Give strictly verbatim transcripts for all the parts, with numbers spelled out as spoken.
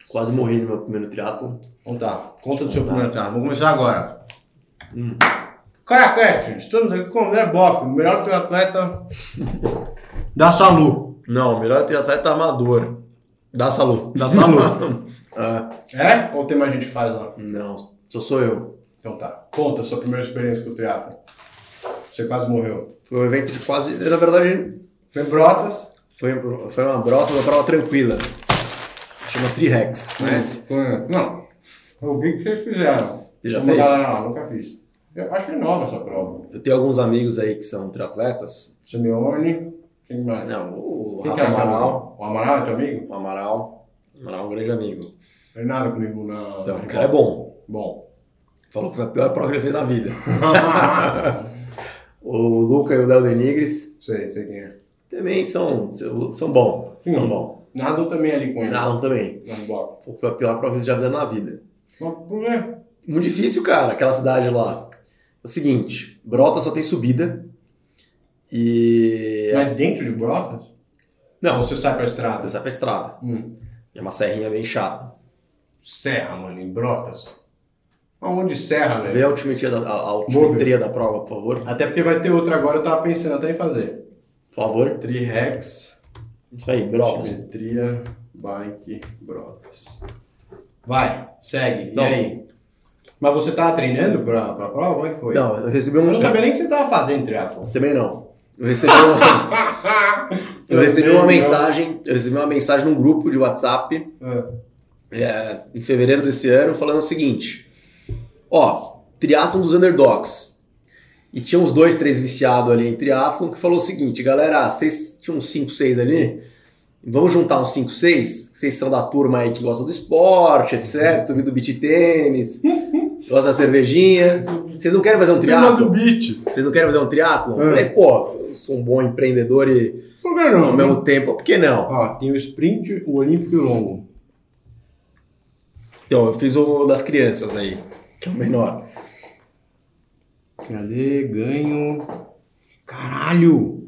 Quase morri no meu primeiro triatlon. Então tá, conta do seu primeiro triatlon. Vamos começar agora. Hum. Caraquete, estamos aqui com o André Boff, o melhor triatleta da Salu. Não, o melhor triatleta amador da Salu. Da Salu. é. É? Ou tem mais gente que faz lá? Não, só sou eu. Então tá, conta a sua primeira experiência com o triatlon. Você quase morreu. Foi um evento de quase... Na verdade... Foi em Brotas. Foi, foi uma brota, uma prova tranquila. Chama Tri-Rex, conhece? Não, eu vi que vocês fizeram. Você já Uma fez? galera lá, nunca fiz. Eu acho que é nova essa prova. Eu tenho alguns amigos aí que são triatletas. Simeone, quem mais? Não, o Quem Rafa que é Amaral. O Amaral é teu amigo? O Amaral. O Amaral é um grande amigo. Não é nada comigo na... Então, na o cara é bom. Bom. Falou que foi a pior prova que ele fez na vida. O Luca e o Léo Denigres sei, sei quem é. também são, são bons. Sim. São bons. Nadam também ali com ele. Nadam também. Na bola. Foi a pior prova que eles já fizeram na vida. Mas por quê? Muito difícil, cara, aquela cidade lá. É o seguinte, Brota só tem subida. E... Mas dentro de Brotas? Não, Ou você sai pra estrada? você sai pra estrada. Hum. É uma serrinha bem chata. Serra, mano, em Brotas? Aonde serra, Vê velho? a altimetria da, a, a altimetria da prova, por favor. Até porque vai ter outra agora, eu tava pensando até em fazer. Por favor. Tri-Rex. Isso aí, Brotas. Altimetria, bike, Brotas. Vai, segue. Não. E aí? Mas você tava treinando pra, pra prova? Como é que foi? Não, eu recebi Eu um... não sabia nem que você tava fazendo triatlon. Também não. Eu recebi uma... eu recebi uma mensagem, eu recebi uma mensagem num grupo de WhatsApp é, em fevereiro desse ano falando o seguinte: ó, triatlon dos underdogs. E tinha uns dois, três viciados ali em triatlon que falou o seguinte: galera, vocês tinham uns cinco, seis ali, vamos juntar uns cinco, seis, vocês são da turma aí que gosta do esporte, etcétera, turma do beach tênis, gosta da cervejinha, vocês não querem fazer um Turma do triatlon? beach. Vocês não querem fazer um triatlon? É. Eu falei, pô, eu sou um bom empreendedor e Por que não? ao mesmo tempo, por que não? Ó, tem o sprint, o olímpico e o longo. Então, eu fiz o das crianças aí, que é o menor. Cadê? Ganho. Caralho!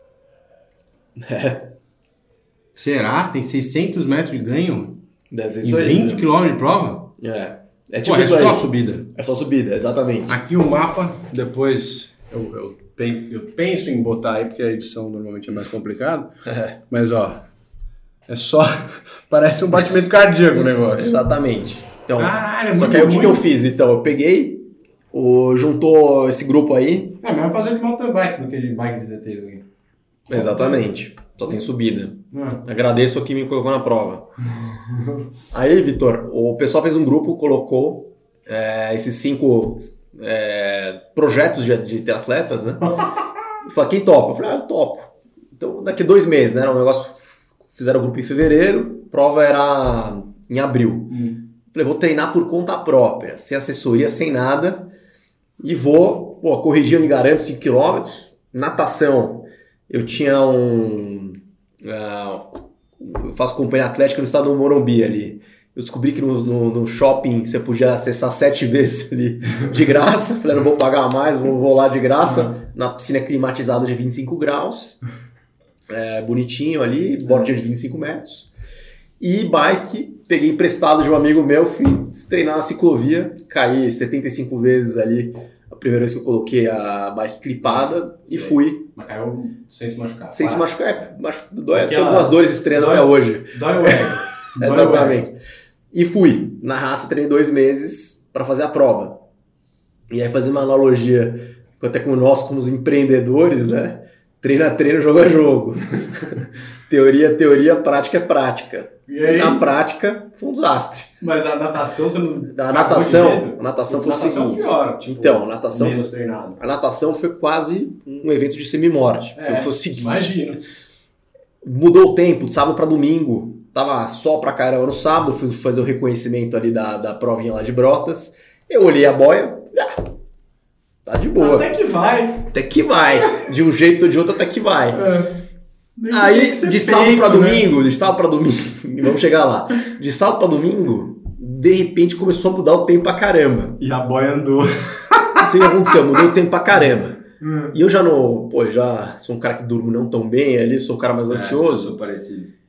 É, Será? Tem seiscentos metros de ganho? deve ser Em isso aí. vinte né? quilômetros de prova? É, é Pô, tipo é isso só aí. subida. É só subida, exatamente. Aqui o mapa, depois eu, eu, pen- eu penso em botar aí, porque a edição normalmente é mais complicado. É, Mas ó, é só. Parece um batimento cardíaco o negócio. exatamente. Então, Caralho, é só muito que aí o que, ruim. que eu fiz? Então, eu peguei, o, juntou esse grupo aí. É, melhor fazer de mountain bike do que de bike de D T aqui. Exatamente. Só tem subida. Ah. Agradeço a quem me colocou na prova. Aí, Vitor, o pessoal fez um grupo, colocou é, esses cinco é, projetos de, de triatletas, né? E falou, quem topa? Eu falei, ah, eu topo. Então, daqui dois meses, né? O negócio, fizeram o grupo em fevereiro, prova era em abril. Hum. Falei, vou treinar por conta própria, sem assessoria, sem nada. E vou, pô, corrigir, eu me garanto, cinco quilômetros. Natação, eu tinha um... Uh, eu faço companhia atlética no estado do Morumbi ali. Eu descobri que no, no, no shopping você podia acessar sete vezes ali de graça. Falei, não vou pagar mais, vou, vou lá de graça. Uhum. Na piscina climatizada de vinte e cinco graus. É, bonitinho ali, bordinha de vinte e cinco metros. E bike, peguei emprestado de um amigo meu, fui treinar na ciclovia, caí setenta e cinco vezes ali, a primeira vez que eu coloquei a bike clipada e Sei. fui. Mas caiu sem se machucar. Sem se Claro. machucar, é, machu- dói, Aquela- tem algumas dores estranhas dói- até hoje. Dói o ego. Dói o ego. Exatamente. E fui. Na raça, treinei dois meses para fazer a prova. E aí, fazer uma analogia, até com nós, como os empreendedores, né? Treino a treino, jogo a jogo. Teoria é teoria, prática é prática. E aí? Na prática, foi um desastre. Mas a natação você não. A cagou natação, de medo? a natação foi o Natação seguinte. pior, tipo, Então, a natação, menos treinado. a natação foi quase um evento de semi-morte. É, porque foi o seguinte. imagino. Mudou o tempo, de sábado para domingo. Tava sol pra caramba no sábado, fui fazer o reconhecimento ali da, da provinha lá de Brotas. Eu olhei a boia, ah, tá de boa. Até que vai. Até que vai. De um jeito ou de outro, até que vai. É. Nem tem Aí, que ser de sábado feito, pra né? domingo, de sábado pra domingo, vamos chegar lá. De sábado pra domingo, de repente começou a mudar o tempo pra caramba. E a boia andou. Não sei o que aconteceu, mudou o tempo pra caramba. Hum. E eu já não, pô, já sou um cara que durmo não tão bem ali, sou um cara mais ansioso. Parecido.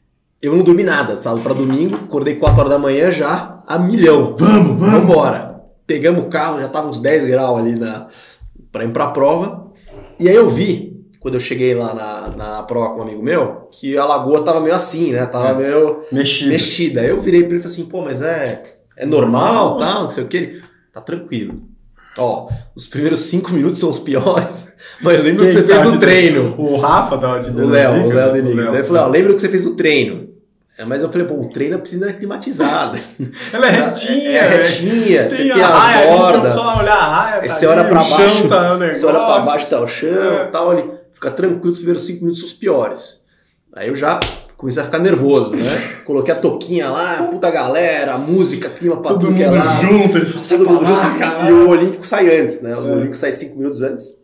eu não dormi nada, sábado pra domingo, acordei quatro horas da manhã já, a milhão. Vamos, vamos! Vambora! Pegamos o carro, já tava uns dez graus ali na, pra ir pra prova. E aí eu vi, quando eu cheguei lá na, na prova com um amigo meu, que a lagoa tava meio assim, né? Tava é. meio mexida. mexida. Aí eu virei pra ele e falei assim, pô, mas é, é normal, tal, tá, não sei o que. Ele, tá tranquilo. Ó, os primeiros cinco minutos são os piores, mas eu lembro Quem que você fez no treino. O Rafa tava te dando O Léo, o Léo Denigues. Aí eu falei, ó, lembra o que você fez no treino. Mas eu falei, pô, o treino precisa ser climatizado. Ela é retinha. É, é retinha, tem você tem a as raia, bordas. Só olhar a raia, aí tá você olha pra baixo, tá você olha pra baixo, tá o chão, é. tal ali. Fica tranquilo, os primeiros cinco minutos são os piores. Aí eu já comecei a ficar nervoso, né? Coloquei a toquinha lá, puta galera, a música, clima pra tudo que é lá. Junto, eles fazem todo mundo junto. E o Olímpico sai antes, né? O é. Olímpico sai cinco minutos antes.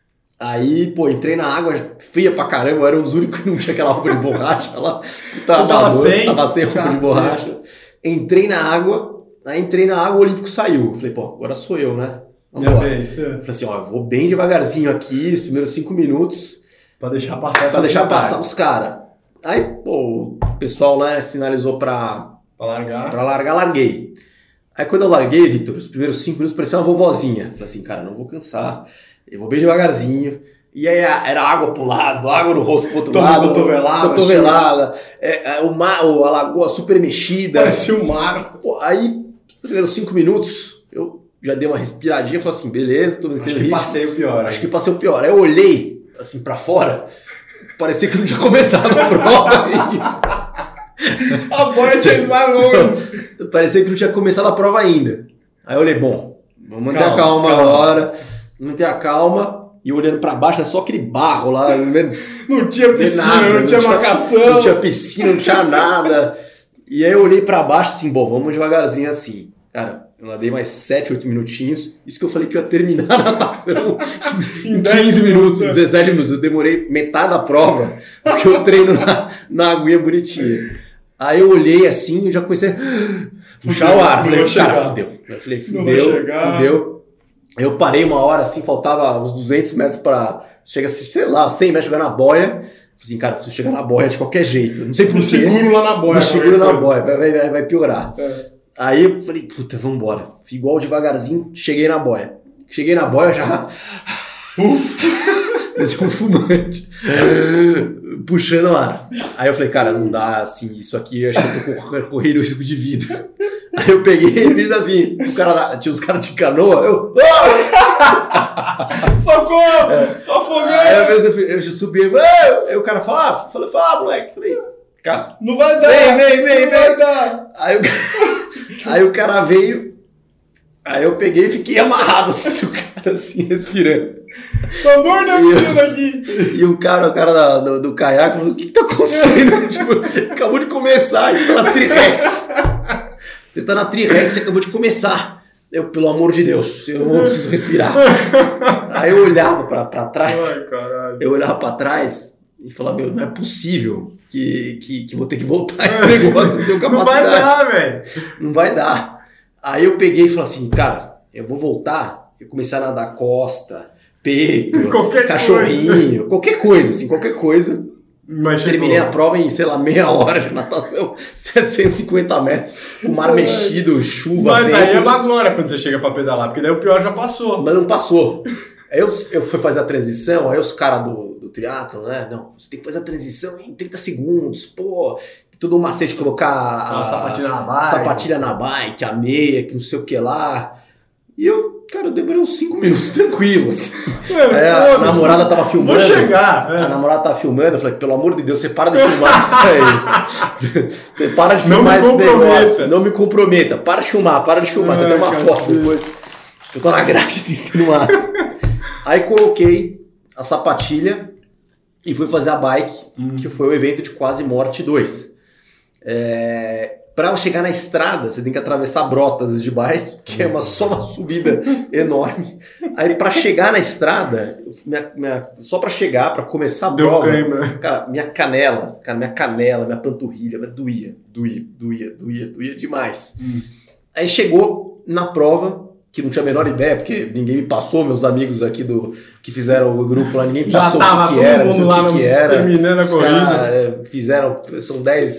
Aí, pô, entrei na água fria pra caramba, eu era um dos únicos que não tinha aquela roupa de borracha lá. Tava, tava sem? Tava sem roupa de borracha. Entrei na água, aí entrei na água, o Olímpico saiu. Falei, pô, agora sou eu, né? Vamos embora. É. Falei assim, ó, eu vou bem devagarzinho aqui, os primeiros cinco minutos. Pra deixar passar Pra deixar passar os caras. Aí, pô, o pessoal lá, né, sinalizou pra... Pra largar? Pra largar, larguei. Aí quando eu larguei, Vitor, os primeiros cinco minutos parecia uma vovozinha. Falei assim, cara, não vou cansar. Eu vou bem devagarzinho. E aí era água pro lado, água no rosto pro outro Toma lado. Cotovelada. Cotovelada. É, é, o mar, a lagoa super mexida. Parecia um mar. Pô, aí, nos primeiros cinco minutos, eu já dei uma respiradinha e falei assim, beleza, tô Acho que ritmo. passei o pior. Acho aí. que passei o pior. Aí eu olhei, assim, pra fora, parecia que não tinha começado a prova ainda. A boia tinha ido lá longe. Parecia que não tinha começado a prova ainda. Aí eu olhei, bom, vamos manter calma, a calma, calma agora. Manter a calma. E olhando pra baixo, era só aquele barro lá. Não tinha piscina, nada, não, não tinha marcação. Não tinha piscina, não tinha nada. E aí eu olhei pra baixo assim, bom, vamos devagarzinho assim. Cara, eu nadei mais sete, oito minutinhos. Isso que eu falei que eu ia terminar a natação em quinze minutos, dezessete minutos. Eu demorei metade da prova, porque eu treino na, na aguinha bonitinha. Aí eu olhei assim e já comecei a puxar o ar. Falei, cara, fudeu. Eu falei, fudeu, fudeu. Eu parei uma hora assim, faltava uns duzentos metros pra... Chega, sei lá, cem metros, chegar na boia. Falei assim, cara, preciso chegar na boia de qualquer jeito. Não sei por quê. Seguro lá na boia. Me seguro na boia, vai, vai, vai piorar. É. Aí eu falei, puta, vambora. Fui igual devagarzinho, cheguei na boia. Cheguei na boia já... Esse é um fumante. Puxando o ar. Aí eu falei, cara, não dá assim, isso aqui, acho que eu tô correndo risco de vida. Aí eu peguei e fiz assim, o cara, tinha uns caras de canoa, eu... Socorro! É. Tô afogando! Aí eu, eu, eu subi, aí o cara falou, ah, falei, fala, moleque. Falei, cara... Não vai dar! Vem, vem, vem, não vem! Vai dar. Aí, o... aí o cara veio, aí eu peguei e fiquei amarrado assim, o cara assim, respirando. Pelo amor da vida aqui! E o cara, o cara da, do, do caiaque falou, o que que tá acontecendo? Tipo, acabou de começar, você tá na Tri-Rex. Você tá na Tri-Rex, você acabou de começar. Eu, pelo amor de Deus, eu não preciso respirar. Aí eu olhava pra, pra trás, ai, caralho. eu olhava pra trás e falava, meu, não é possível que, que, que vou ter que voltar esse negócio, não tenho capacidade. Não vai dar, velho. Não vai dar. Aí eu peguei e falei assim, cara, eu vou voltar. Eu comecei a nadar costa, peito, qualquer cachorrinho, coisa. qualquer coisa, assim, qualquer coisa. Mas terminei chegou. a prova em, sei lá, meia hora de natação, setecentos e cinquenta metros, com o mar Ai. mexido, chuva, Mas vento. aí é uma glória quando você chega pra pedalar, porque daí o pior já passou. Mas não passou. Aí eu, eu fui fazer a transição, aí os caras do, do triatlo, né? Não, você tem que fazer a transição em trinta segundos, pô. Todo um macete, colocar a, a sapatilha na a bike. sapatilha na bike, a meia, que não sei o que lá. E eu, cara, eu demorei uns cinco minutos tranquilo. Assim. Mano, é, a namorada tava filmando. Vou chegar. É. A namorada tava filmando, eu falei, pelo amor de Deus, você para de filmar isso aí. Você para de filmar esse negócio. Não me comprometa. Para de filmar, para de filmar. Tem até uma foto depois. Eu tô na grade assim, no mato. Aí coloquei a sapatilha e fui fazer a bike, hum. que foi o evento de Quase Morte dois. É... Para chegar na estrada, você tem que atravessar brotas de bike, que é uma, só uma subida enorme. Aí para chegar na estrada, minha, minha, só para chegar, para começar a Deu prova, clima. Cara, minha canela, cara, minha canela, minha panturrilha, doía, doía, doía, doía, doía demais. Hum. Aí chegou na prova, que não tinha a menor ideia, porque ninguém me passou, meus amigos aqui do que fizeram o grupo lá, ninguém me já passou tava o que, todo era, mundo não lá sei o que, que era. Terminando a corrida. Cara, é, fizeram, são dez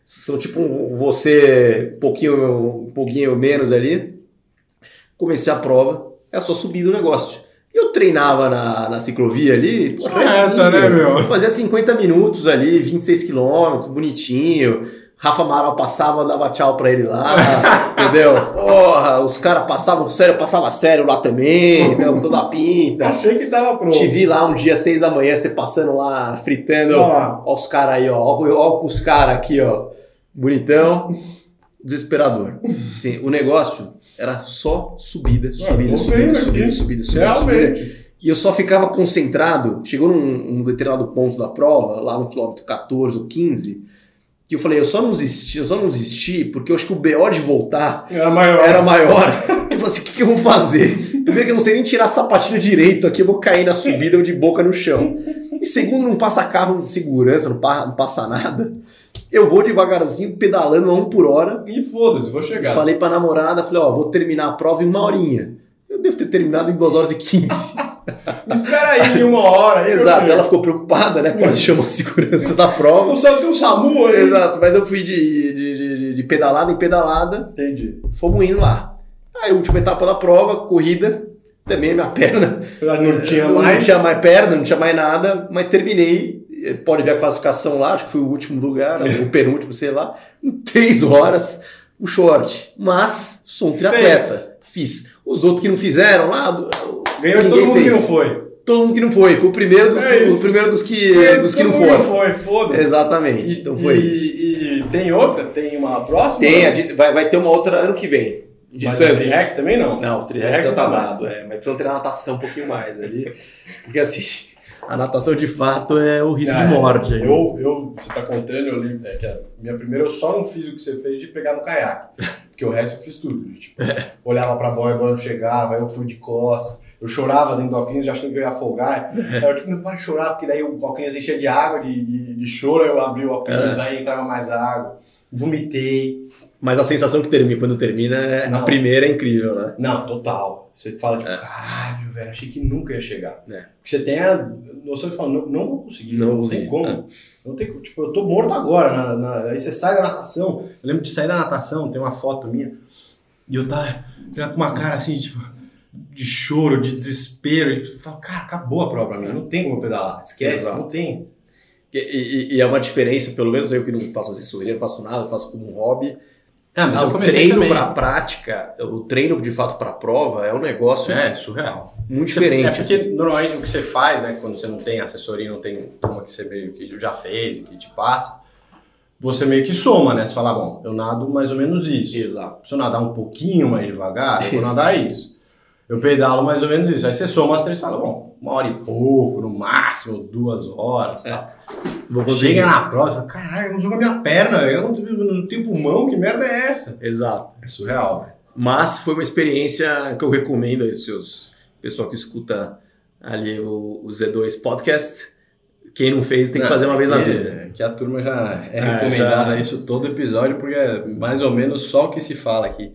são tipo um, você um pouquinho, um pouquinho menos ali. Comecei a prova, é só subir do negócio. Eu treinava na, na ciclovia ali, pô, Reta, né, meu? Fazia cinquenta minutos ali, vinte e seis quilômetros, bonitinho. Rafa Amaral passava, dava tchau pra ele lá, entendeu? Porra, os caras passavam sério, eu passava sério lá também, então, toda a pinta. Achei que tava pronto. Te vi lá um dia, seis da manhã, você passando lá, fritando. Ó, ó os caras aí, ó. Ó, ó os caras aqui, ó. Bonitão. Desesperador. Assim, o negócio era só subida, subida, é, subida, subida, subida, subida, Realmente. subida. E eu só ficava concentrado. Chegou num, num determinado ponto da prova, lá no quilômetro catorze ou quinze, que eu falei, eu só não desisti, eu só não desisti porque eu acho que o B O de voltar era maior. Era maior. Eu falei assim, o que, que eu vou fazer? Primeiro que eu não sei nem tirar a sapatilha direito aqui, eu vou cair na subida ou de boca no chão. E segundo, não passa carro de segurança, não passa, não passa nada. Eu vou devagarzinho, pedalando a um por hora. E foda-se, vou chegar. Falei pra namorada, falei, ó, vou terminar a prova em uma horinha. Eu devo ter terminado em duas horas e quinze. Espera aí, uma hora. Exato, ela ficou preocupada, né? Quase chamou a segurança da prova. Não sabe, tem um SAMU aí. Exato, mas eu fui de, de, de, de pedalada em pedalada. Entendi. Fomos indo lá. Aí, a última etapa da prova, corrida, também minha perna. Não tinha mais. Não tinha mais perna, não tinha mais nada, mas terminei. Pode ver a classificação lá, acho que foi o último lugar, o penúltimo, sei lá. Em três horas, o short. Mas sou um triatleta. Fiz. Os outros que não fizeram lá. Ganhou todo mundo fez. Que não foi. Todo mundo que não foi. Foi o primeiro, do, é o primeiro dos que, é, dos que não foram. Não foi, foda-se. Exatamente. E, então foi e, isso. E tem outra? Tem uma próxima? Tem, a, vai, vai ter uma outra ano que vem. De mas Santos. o Tri-Rex também não? Não, o Tri-Rex já tá dado. É, mas precisam treinar natação um pouquinho mais ali. Porque assim, a natação de fato é o risco ah, de morte. Eu, eu, você tá contando, eu lembro. É que a minha primeira eu só não fiz o que você fez de pegar no caiaque. Porque o resto eu fiz tudo. Tipo, é. Olhava pra boia, a boia não chegava, aí eu fui de costas. Eu chorava dentro do óculos, já achando que eu ia afogar. Aí eu tipo, não para de chorar, porque daí o óculos enchia de água, de, de, de choro, aí eu abri o óculos, é. Aí entrava mais água. Vomitei. Mas a sensação que termina, quando termina, é, a primeira é incrível, né? Não, total. Você fala, tipo, é. caralho, velho, achei que nunca ia chegar. É. Porque você tem a noção de falar, não, não vou conseguir, não, não tem como. É. Não tem, tipo, eu tô morto agora. Na, na, aí você sai da natação, eu lembro de sair da natação, tem uma foto minha, e eu tava com uma cara assim, tipo, de choro, de desespero. E eu falo, cara, acabou a prova pra mim, não tem como pedalar, esquece, Exato. Não tem. E, e, e é uma diferença, pelo menos eu que não faço assessoria, não faço nada, eu faço como um hobby. Ah, mas ah, eu o treino para prática, o treino de fato para prova é um negócio é, surreal. Muito diferente. É porque assim. Normalmente o que você faz, né, quando você não tem assessoria, não tem turma que você meio que já fez e que te passa, você meio que soma, né? Você fala, bom, eu nado mais ou menos isso. Exato. Se eu nadar um pouquinho mais devagar, eu vou nadar isso. Eu pedalo mais ou menos isso. Aí você soma as três e fala, bom, uma hora e pouco, no máximo duas horas. É. Tá. Chega na prova e fala, caralho, não joga minha perna, eu não tenho, não tenho pulmão, que merda é essa? Exato. É surreal. Véio. Mas foi uma experiência que eu recomendo aí, seus pessoal que escuta ali o, o Z dois Podcast. Quem não fez tem que não, fazer uma vez que, na vida. Que a turma já é, é recomendada já... isso todo episódio, porque é mais ou menos só o que se fala aqui.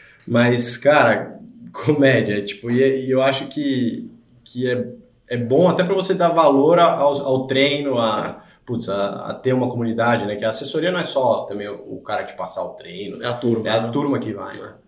Mas, cara, comédia, tipo, e, e eu acho que, que é, é bom até para você dar valor ao, ao treino, a, putz, a, a ter uma comunidade, né? Que a assessoria não é só também o, o cara que passar o treino, é a turma, é a né? turma que vai, né?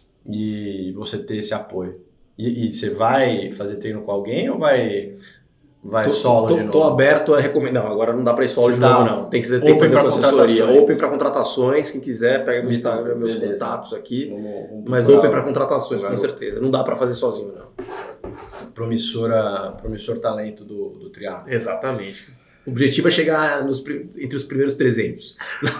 E você ter esse apoio. E, e você vai fazer treino com alguém ou vai... Vai tô, solo tô, de novo? Tô aberto a recomendar. Não, agora não dá pra ir solo de tá novo, não. Tem que, tem que fazer com assessoria. Open pra contratações. Quem quiser, pega meu Instagram, meus Beleza. contatos aqui. Vamos, vamos Mas open pra contratações, com certeza. Não dá pra fazer sozinho, não. Promissora, promissor talento do, do triatlo. Exatamente. O objetivo é chegar nos, entre os primeiros trezentos.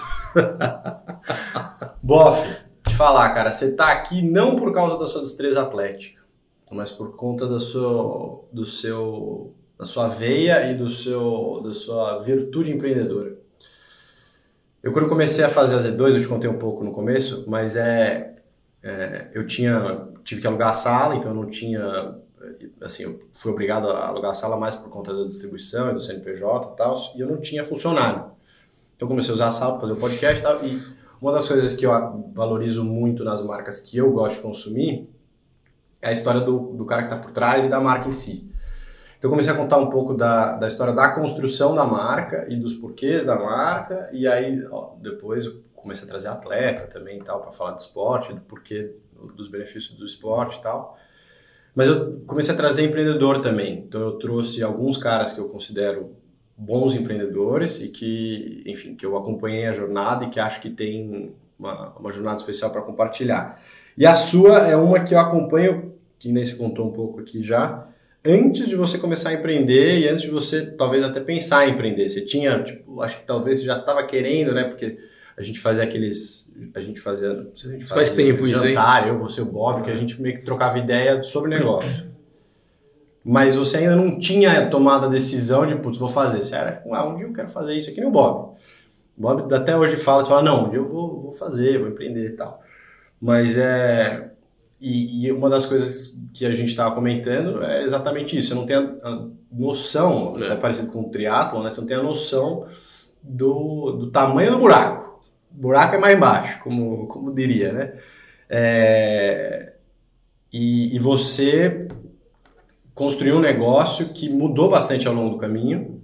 Bof, te falar, cara. Você tá aqui não por causa da sua destreza atlética, mas por conta do seu... Do seu da sua veia e do seu, da sua virtude empreendedora. Eu quando comecei a fazer a Z dois, eu te contei um pouco no começo, mas é, é eu tinha, tive que alugar a sala, então eu não tinha, assim, eu fui obrigado a alugar a sala mais por conta da distribuição e do C N P J e tal, e eu não tinha funcionário. Então eu comecei a usar a sala para fazer o podcast e tal, e uma das coisas que eu valorizo muito nas marcas que eu gosto de consumir é a história do, do cara que está por trás e da marca em si. Então Então eu comecei a contar um pouco da, da história da construção da marca e dos porquês da marca, e aí ó, depois eu comecei a trazer atleta também e tal, para falar de esporte, do porquê, dos benefícios do esporte e tal. Mas eu comecei a trazer empreendedor também, então eu trouxe alguns caras que eu considero bons empreendedores e que, enfim, que eu acompanhei a jornada e que acho que tem uma, uma jornada especial para compartilhar. E a sua é uma que eu acompanho, que nem se contou um pouco aqui já, antes de você começar a empreender e antes de você talvez até pensar em empreender. Você tinha, tipo, acho que talvez você já estava querendo, né? Porque a gente fazia aqueles, a gente fazia, não sei se a gente fazia faz tempo isso, hein? Jantar, eu, você, o Bob, que a gente meio que trocava ideia sobre negócio. Mas você ainda não tinha tomado a decisão de, putz, vou fazer. Você era, ah, um dia eu quero fazer isso aqui, nem o Bob. O Bob até hoje fala, você fala, não, um dia eu vou, vou fazer, vou empreender e tal. Mas é... E, e uma das coisas que a gente estava comentando é exatamente isso. Você não tem a, a noção, é. até parecido com o triatlon, né? Você não tem a noção do, do tamanho do buraco. O buraco é mais embaixo, como, como diria, né? É, e, e você... construiu um negócio que mudou bastante ao longo do caminho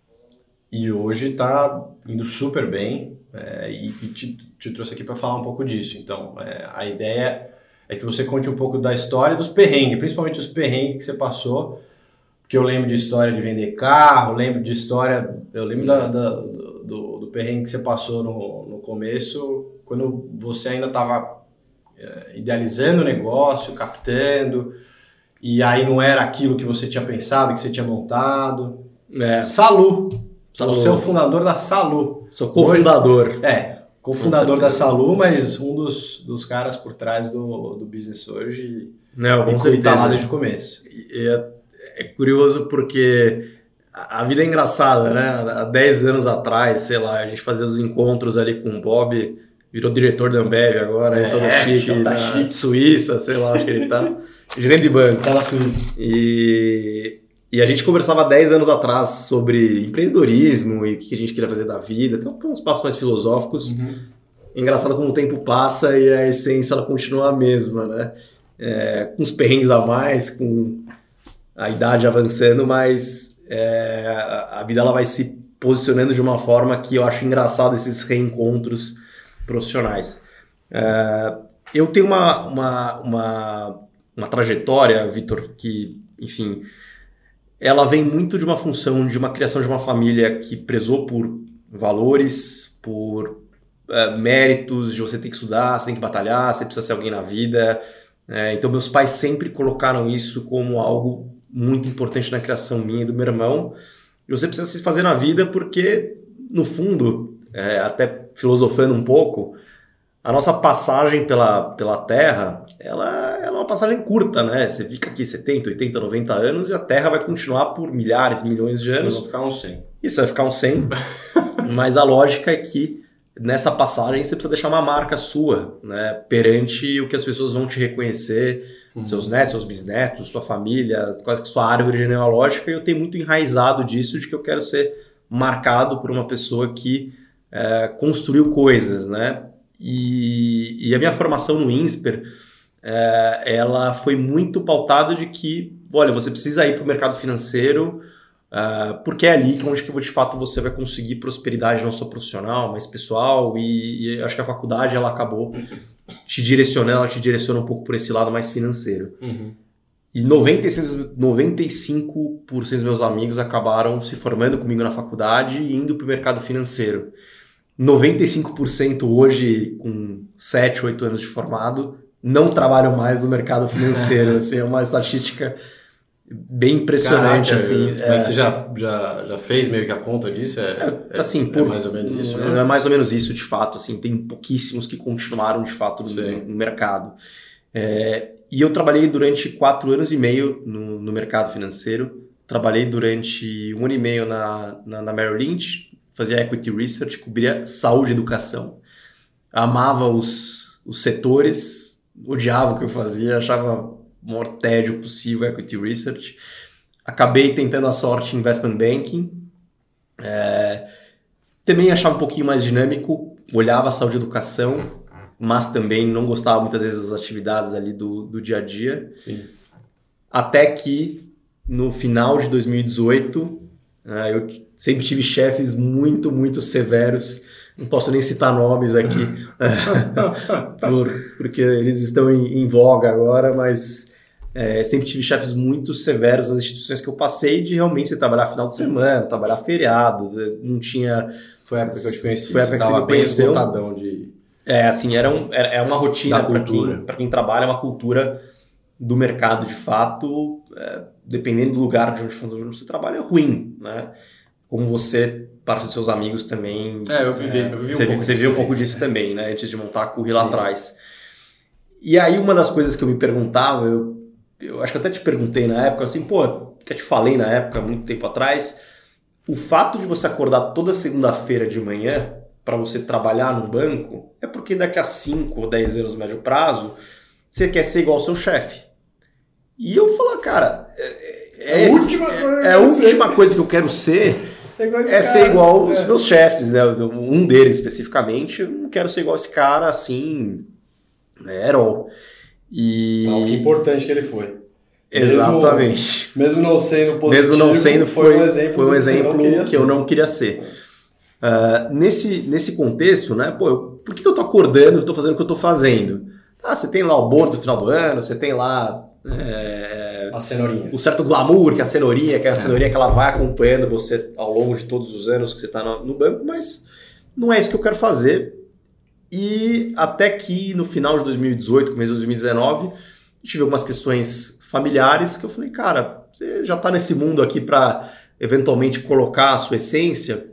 e hoje está indo super bem é, e, e te, te trouxe aqui para falar um pouco disso. Então, é, a ideia é que você conte um pouco da história dos perrengues, principalmente os perrengues que você passou, porque eu lembro de história de vender carro, lembro de história, eu lembro da, da, do, do perrengue que você passou no, no começo, quando você ainda estava é, idealizando o negócio, captando... E aí não era aquilo que você tinha pensado, que você tinha montado. É. Salu. Salu. Você é o fundador da Salu. Sou cofundador. É, cofundador da Salu, mas um dos, dos caras por trás do, do business hoje. Não, com e certeza. Tá lá desde o começo. É, é curioso porque a vida é engraçada, né? Há dez anos atrás, sei lá, a gente fazia os encontros ali com o Bob, virou diretor da Ambev agora, é, todo chique, tá na chique. Suíça, sei lá, onde ele tá. Gerente de banco. Tá na Suíça. E, e a gente conversava há dez anos atrás sobre empreendedorismo e o que a gente queria fazer da vida. Então, uns papos mais filosóficos. Uhum. Engraçado como o tempo passa e a essência ela continua a mesma, né? É, com os perrengues a mais, com a idade avançando, mas é, a vida ela vai se posicionando de uma forma que eu acho engraçado esses reencontros profissionais. É, eu tenho uma... uma, uma uma trajetória, Vitor, que, enfim, ela vem muito de uma função de uma criação de uma família que prezou por valores, por é, méritos, de você ter que estudar, você tem que batalhar, você precisa ser alguém na vida. É, então, meus pais sempre colocaram isso como algo muito importante na criação minha e do meu irmão. E você precisa se fazer na vida porque, no fundo, é, até filosofando um pouco, a nossa passagem pela, pela Terra, ela, ela é uma passagem curta, né? Você fica aqui setenta, oitenta, noventa anos e a Terra vai continuar por milhares, milhões de anos. Vai ficar uns cem. Isso, vai ficar uns cem. Mas a lógica é que nessa passagem você precisa deixar uma marca sua, né? Perante o que as pessoas vão te reconhecer, uhum. seus netos, seus bisnetos, sua família, quase que sua árvore genealógica. E eu tenho muito enraizado disso, de que eu quero ser marcado por uma pessoa que é, construiu coisas, né? E, e a minha formação no INSPER, é, ela foi muito pautada de que, olha, você precisa ir para o mercado financeiro, é, porque é ali que onde que de fato você vai conseguir prosperidade não só profissional, mas pessoal, e, e acho que a faculdade ela acabou te direcionando, ela te direciona um pouco por esse lado mais financeiro. Uhum. E noventa e cinco por cento dos meus amigos acabaram se formando comigo na faculdade e indo para o mercado financeiro. noventa e cinco por cento hoje, com sete, oito anos de formado, não trabalham mais no mercado financeiro. Assim, é uma estatística bem impressionante. Caraca, assim, mas é... você já, já, já fez meio que a conta disso? É, é, assim, é, por... é mais ou menos isso, né? É mais ou menos isso, de fato. Assim, tem pouquíssimos que continuaram, de fato, no, no mercado. É, e eu trabalhei durante quatro anos e meio no, no mercado financeiro. Trabalhei durante um ano e meio na, na, na Merrill Lynch, fazia equity research, cobria saúde e educação. Amava os, os setores, odiava o que eu fazia, achava o maior tédio possível equity research. Acabei tentando a sorte em investment banking. É, também achava um pouquinho mais dinâmico, olhava a saúde e educação, mas também não gostava muitas vezes das atividades ali do, do dia a dia. Sim. Até que no final de dois mil e dezoito, uh, eu sempre tive chefes muito, muito severos. Não posso nem citar nomes aqui, por, porque eles estão em, em voga agora, mas é, sempre tive chefes muito severos nas instituições que eu passei, de realmente você trabalhar final de semana, trabalhar feriado, não tinha... Foi a época que eu te conheci, foi a época que você me conheceu. De... É, assim, era, um, era é uma rotina para quem, para quem trabalha, é uma cultura do mercado de fato, é, dependendo do lugar de onde você trabalha, é ruim, né? Como você, parte dos seus amigos também... É, eu vivi, é, eu vivi um você, pouco Você viu um pouco disso também, né? Antes de montar a Curry lá atrás. E aí, uma das coisas que eu me perguntava, eu, eu acho que até te perguntei na época, assim, pô, até te falei na época, muito tempo atrás, o fato de você acordar toda segunda-feira de manhã para você trabalhar num banco é porque daqui a cinco ou dez anos no médio prazo, você quer ser igual ao seu chefe. E eu falo, cara... É, é, a última coisa, é, é a última coisa que eu quero ser... É ser igual os meus chefes, né? Um deles especificamente, eu não quero ser igual esse cara assim, né? Herói. E... Não, que importante que ele foi. Exatamente. Mesmo, mesmo não sendo positivo, mesmo não sendo, foi, foi um exemplo, foi um exemplo que, que eu não queria ser. Uh, nesse, nesse contexto, né? Pô, eu, por que eu tô acordando e tô fazendo o que eu tô fazendo? Ah, você tem lá o bônus no final do ano, você tem lá... É, a cenourinha. O certo glamour, que é a cenourinha, que é a é. cenourinha que ela vai acompanhando você ao longo de todos os anos que você está no, no banco, mas não é isso que eu quero fazer. E até que no final de dois mil e dezoito, começo de dois mil e dezenove, tive algumas questões familiares que eu falei, cara, você já está nesse mundo aqui para eventualmente colocar a sua essência.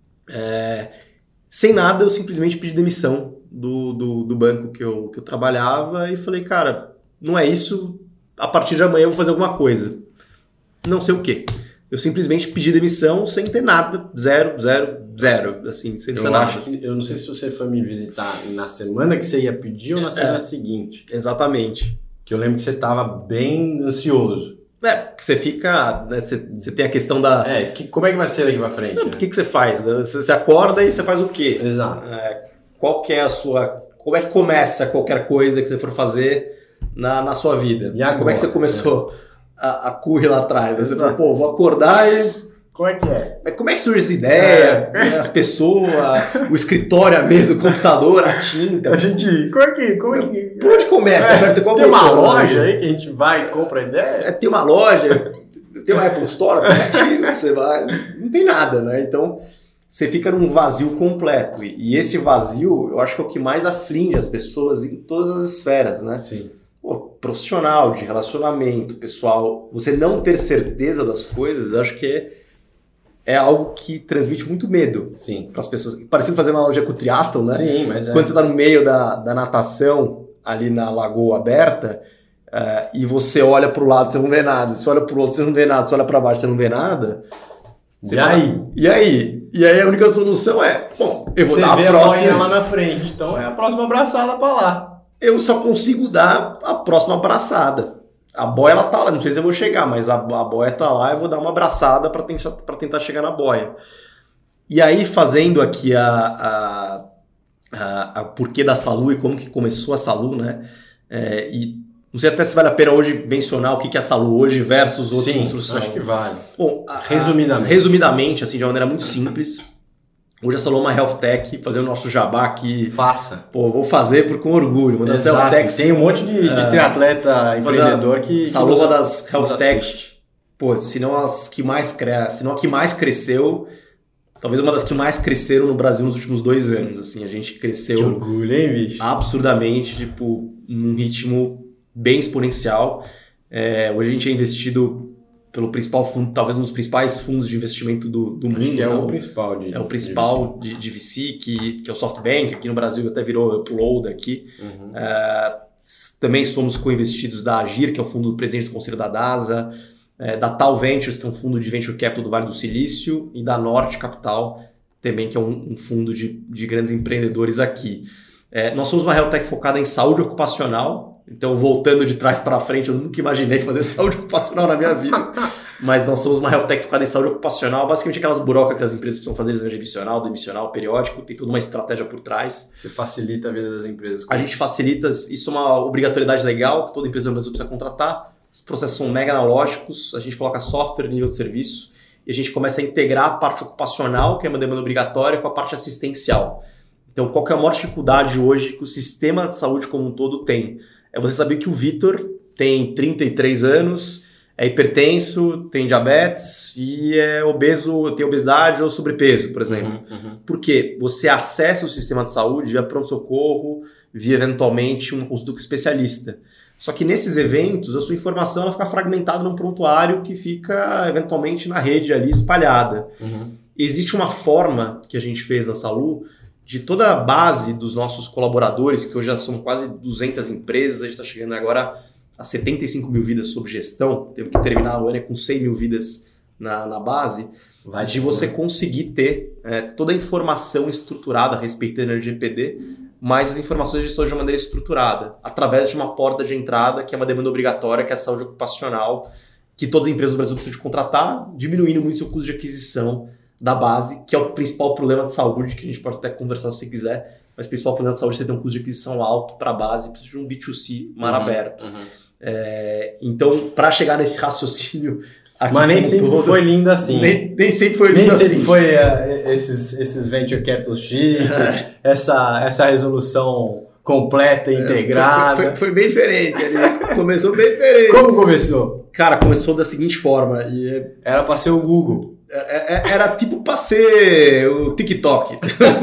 É, sem nada, eu simplesmente pedi demissão do, do, do banco que eu, que eu trabalhava e falei, cara, não é isso... A partir de amanhã eu vou fazer alguma coisa. Não sei o quê. Eu simplesmente pedi demissão sem ter nada. Zero, zero, zero. Assim, sem ter eu nada. Acho que, eu não sei se você foi me visitar na semana que você ia pedir ou na semana é, seguinte. Exatamente. Que eu lembro que você estava bem ansioso. É, porque você fica... Né, você, você tem a questão da... É, que, como é que vai ser daqui pra frente? O né? que, que você faz? Você, você acorda e você faz o quê? Exato. É, qual que é a sua... Como é que começa qualquer coisa que você for fazer... Na, na sua vida. E agora? Como é que você começou é. a, a Curry lá atrás? Aí você falou, pô, vou acordar e... Como é que é? Mas como é que surge essa ideia? É. As pessoas, o escritório, a mesa, o computador, a tinta. A gente... Como é que... Como é que... Por onde começa? É. Tem, tem uma loja aí que a gente vai e compra a ideia? É, tem uma loja, tem uma Apple Store, aplicativo, você vai... Não tem nada, né? Então, você fica num vazio completo. E, e esse vazio, eu acho que é o que mais aflige as pessoas em todas as esferas, né? Sim. Pô, profissional, de relacionamento, pessoal, você não ter certeza das coisas, eu acho que é, é algo que transmite muito medo para as pessoas. Parecendo fazer uma analogia com o triatlon, né? Sim, mas é. Quando você está no meio da, da natação, ali na lagoa aberta, uh, e você olha para o lado, você não vê nada. Você olha para o outro, você não vê nada. Você olha para baixo, você não vê nada. Você e aí? Fala, e aí? E aí a única solução é, bom, eu vou você dar vê a próxima... a lá na frente, então é a próxima abraçada para lá. Eu só consigo dar a próxima abraçada. A boia, ela tá lá, não sei se eu vou chegar, mas a, a boia tá lá, eu vou dar uma abraçada para tentar, pra tentar chegar na boia. E aí, fazendo aqui a, a, a, a porquê da Salu e como que começou a Salu, né? É, e não sei até se vale a pena hoje mencionar o que é a Salu hoje versus outras Sim, construções. Acho que vale. Bom, a, resumidamente. A, resumidamente, assim, de uma maneira muito simples... Hoje a Salu é uma health tech, fazendo o nosso jabá aqui. Faça. Pô, vou fazer por, com orgulho. Uma das Exato. health techs. Tem um monte de, de é, triatleta empreendedor que... Salu é uma das health assiste. techs, pô, se não as que mais cre... se não a que mais cresceu, talvez uma das que mais cresceram no Brasil nos últimos dois anos. Assim, a gente cresceu... Que orgulho, hein, bicho? Absurdamente, tipo, num ritmo bem exponencial. É, hoje a gente é investido... pelo principal fundo, talvez um dos principais fundos de investimento do, do mundo. Que é, né? o principal de É o principal de, de V C, que, que é o SoftBank, aqui no Brasil até virou Upload aqui. Uhum. Uh, também somos co-investidos da Agir, que é o fundo do presidente do Conselho da DASA, uh, da Tal Ventures, que é um fundo de Venture Capital do Vale do Silício, e da Norte Capital, também que é um, um fundo de, de grandes empreendedores aqui. Uh, nós somos uma health tech focada em saúde ocupacional. Então, voltando de trás para frente, eu nunca imaginei fazer saúde ocupacional na minha vida. Mas nós somos uma health tech focada em saúde ocupacional. Basicamente, aquelas burocas que as empresas precisam fazer, exame admissional, demissional, periódico. Tem toda uma estratégia por trás. Você facilita a vida das empresas. A gente facilita. Isso é uma obrigatoriedade legal que toda empresa no Brasil precisa contratar. os processos são mega analógicos, a gente coloca software no nível de serviço e a gente começa a integrar a parte ocupacional, que é uma demanda obrigatória, com a parte assistencial. Então, qual que é a maior dificuldade hoje que o sistema de saúde como um todo tem? É você saber que o Vitor tem trinta e três anos, é hipertenso, tem diabetes e é obeso, tem obesidade ou sobrepeso, por exemplo. Uhum, uhum. Porque você acessa o sistema de saúde via pronto-socorro, via eventualmente uma consulta com especialista. Só que nesses eventos, a sua informação ela fica fragmentada num prontuário que fica eventualmente na rede ali espalhada. Uhum. Existe uma forma que a gente fez na Salu de toda a base dos nossos colaboradores, que hoje já são quase duzentas empresas, a gente está chegando agora a setenta e cinco mil vidas sob gestão, temos que terminar o ano com cem mil vidas na, na base, Vai de você conseguir ter é, toda a informação estruturada a respeito da L G P D, mas as informações de saúde de uma maneira estruturada, através de uma porta de entrada, que é uma demanda obrigatória, que é a saúde ocupacional, que todas as empresas do Brasil precisam de contratar, diminuindo muito o seu custo de aquisição da base, que é o principal problema de saúde, que a gente pode até conversar se você quiser, mas o principal problema de saúde é você ter um custo de aquisição alto para a base, precisa de um B dois C mar uhum, aberto. Uhum. É, então, para chegar nesse raciocínio aqui, mas nem sempre todo, foi lindo assim. Nem, nem sempre foi lindo nem assim. Nem sempre foi uh, esses, esses venture capital chic, é. essa, essa resolução completa, integrada. Foi, foi, foi bem diferente. Ali. Começou bem diferente. Como começou? Cara, começou da seguinte forma. E era para ser o Google. Era tipo para ser o TikTok.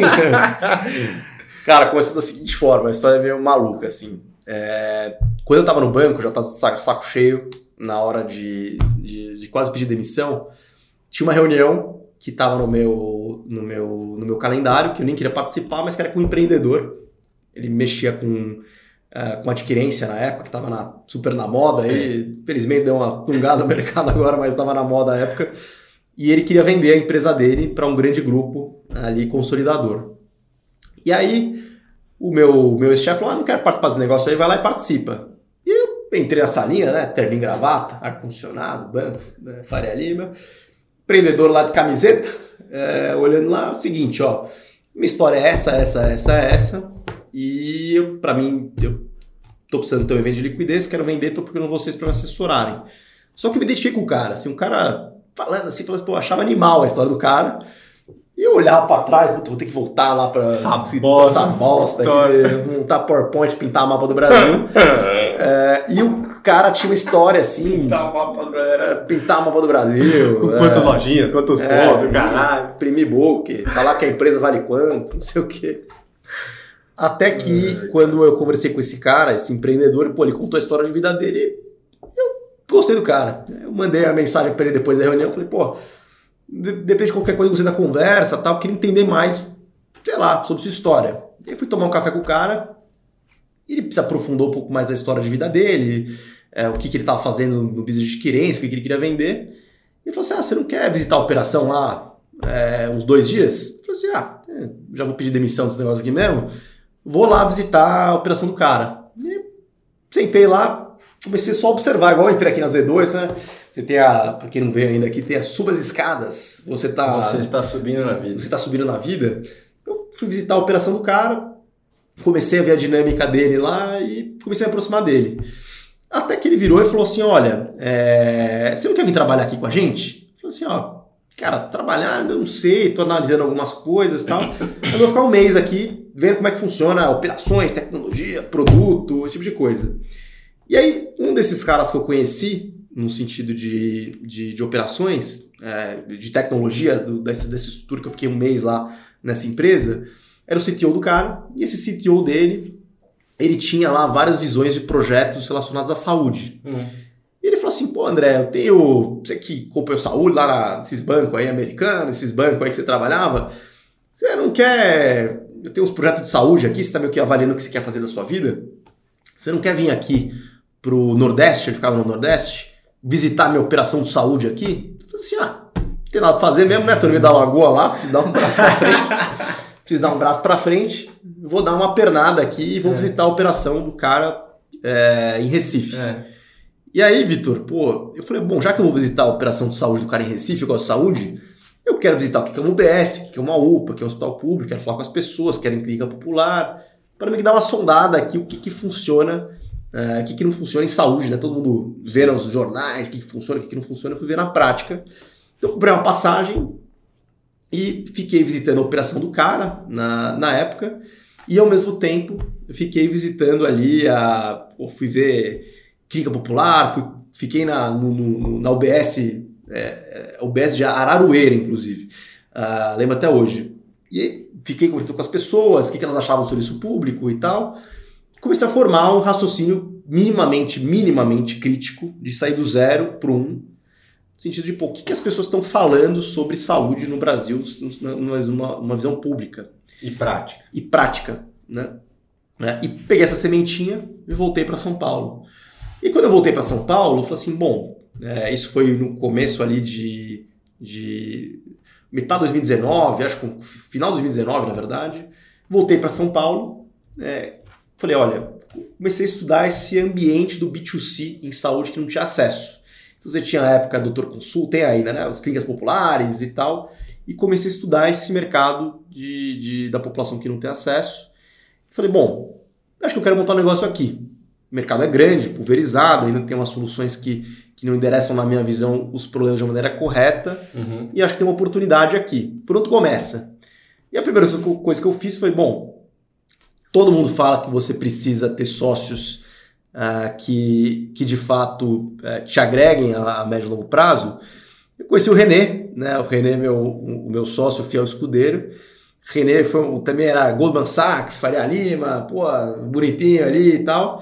Cara, começou da seguinte forma. A história é meio maluca, assim. É, quando eu tava no banco, já tava saco, saco cheio, na hora de, de, de quase pedir demissão, tinha uma reunião que tava no meu, no, meu, no meu calendário, que eu nem queria participar, mas que era com um empreendedor. Ele mexia com, uh, com adquirência na época, que tava na, super na moda. Ele, infelizmente, deu uma tungada no mercado agora, mas tava na moda na época. E ele queria vender a empresa dele para um grande grupo ali consolidador. E aí, o meu, meu ex-chefe falou, ah, não quero participar desse negócio aí, vai lá e participa. E eu entrei na salinha, né, terno e gravata, ar-condicionado, banco, né, Faria Lima, empreendedor lá de camiseta, é, olhando lá, o seguinte, ó, minha história é essa, essa, essa, essa, e eu, pra mim, eu tô precisando ter um evento de liquidez, quero vender, tô procurando vocês para me assessorarem. Só que eu me identifiquei com o cara, assim, um cara falando assim, falando, pô, achava animal a história do cara. E eu olhava pra trás, vou ter que voltar lá pra essa bosta, essa bosta aqui, montar PowerPoint, pintar mapa do Brasil. é, e o cara tinha uma história assim. Pintar o mapa do Brasil. Pintar o mapa do Brasil. Com é, quantas lojinhas, quantos é, pontos, caralho. Imprimir book, falar que a empresa vale quanto, não sei o quê. Até que, é, quando eu conversei com esse cara, esse empreendedor, pô, ele contou a história de vida dele. Eu gostei do cara. Eu mandei a mensagem pra ele depois da reunião, falei, pô. Depende de qualquer coisa que você da conversa, tal, eu queria entender mais, sei lá, sobre sua história. E aí fui tomar um café com o cara, ele se aprofundou um pouco mais da história de vida dele, é, o que, que ele estava fazendo no business de adquirência, o que, que ele queria vender. E ele falou assim, ah, você não quer visitar a operação lá é, uns dois dias? Eu falei assim, ah, é, já vou pedir demissão desse negócio aqui mesmo, vou lá visitar a operação do cara. E sentei lá, comecei só a observar, igual eu entrei aqui na Z dois, né? Você tem a, pra quem não veio ainda aqui, tem as suba as escadas. Você tá. Você está subindo na vida. Você está subindo na vida. Eu fui visitar a operação do cara, comecei a ver a dinâmica dele lá e comecei a me aproximar dele. Até que ele virou e falou assim: olha, é, você não quer vir trabalhar aqui com a gente? Eu falei assim: ó, cara, trabalhar, eu não sei, tô analisando algumas coisas e tal. Eu vou ficar um mês aqui vendo como é que funciona operações, tecnologia, produto, esse tipo de coisa. E aí, um desses caras que eu conheci, no sentido de, de, de operações, é, de tecnologia, do, dessa, dessa estrutura que eu fiquei um mês lá nessa empresa, era o C T O do cara, e esse C T O dele, ele tinha lá várias visões de projetos relacionados à saúde. Uhum. E ele falou assim, pô André, eu tenho, você que comprou saúde lá na, nesses bancos aí americanos, esses bancos aí que você trabalhava, você não quer, eu tenho uns projetos de saúde aqui, você está meio que avaliando o que você quer fazer da sua vida, você não quer vir aqui pro Nordeste, ele ficava no Nordeste, visitar minha operação de saúde aqui? Eu falei assim, ah, não tem nada pra fazer mesmo, né? Tô no meio da lagoa lá, preciso dar um braço pra frente. preciso dar um braço pra frente, vou dar uma pernada aqui e vou é. visitar a operação do cara é, em Recife. É. E aí, Vitor, pô, eu falei, bom, já que eu vou visitar a operação de saúde do cara em Recife, eu gosto de saúde, eu quero visitar o que é uma U B S, o que é uma U P A, o que é um hospital público, quero falar com as pessoas, quero ir em clínica popular, para me dar uma sondada aqui, o que, que funciona uh, o que, que não funciona em saúde, né? Todo mundo vê nos jornais o que, que funciona, o que, que não funciona, eu fui ver na prática. Então eu comprei uma passagem e fiquei visitando a operação do cara na, na época, e ao mesmo tempo eu fiquei visitando ali, a, eu fui ver Clínica Popular, fui, fiquei na, no, no, na U B S, é, U B S de Ararueira, inclusive, uh, lembro até hoje. E fiquei conversando com as pessoas, o que, que elas achavam sobre isso público e tal. Comecei a formar um raciocínio minimamente, minimamente crítico, de sair do zero para o um, no sentido de, pô, o que, que as pessoas estão falando sobre saúde no Brasil, numa, numa visão pública. E prática. E prática, né? E peguei essa sementinha e voltei para São Paulo. E quando eu voltei para São Paulo, eu falei assim, bom, é, isso foi no começo ali de, de metade de dois mil e dezenove, acho que final de dois mil e dezenove, na verdade. Voltei para São Paulo, é, falei, olha, comecei a estudar esse ambiente do B dois C em saúde que não tinha acesso. Então você tinha a época do doutor Consul, tem ainda, né? As clínicas populares e tal. E comecei a estudar esse mercado de, de, da população que não tem acesso. Falei, bom, acho que eu quero montar um negócio aqui. O mercado é grande, pulverizado, ainda tem umas soluções que, que não endereçam, na minha visão, os problemas de uma maneira correta. Uhum. E acho que tem uma oportunidade aqui. Por onde começa? E a primeira coisa que eu fiz foi, bom, todo mundo fala que você precisa ter sócios uh, que, que, de fato, uh, te agreguem a, a médio e longo prazo. Eu conheci o René, né? O René, meu, o meu sócio, fiel escudeiro. René foi, também era Goldman Sachs, Faria Lima, pô, bonitinho ali e tal.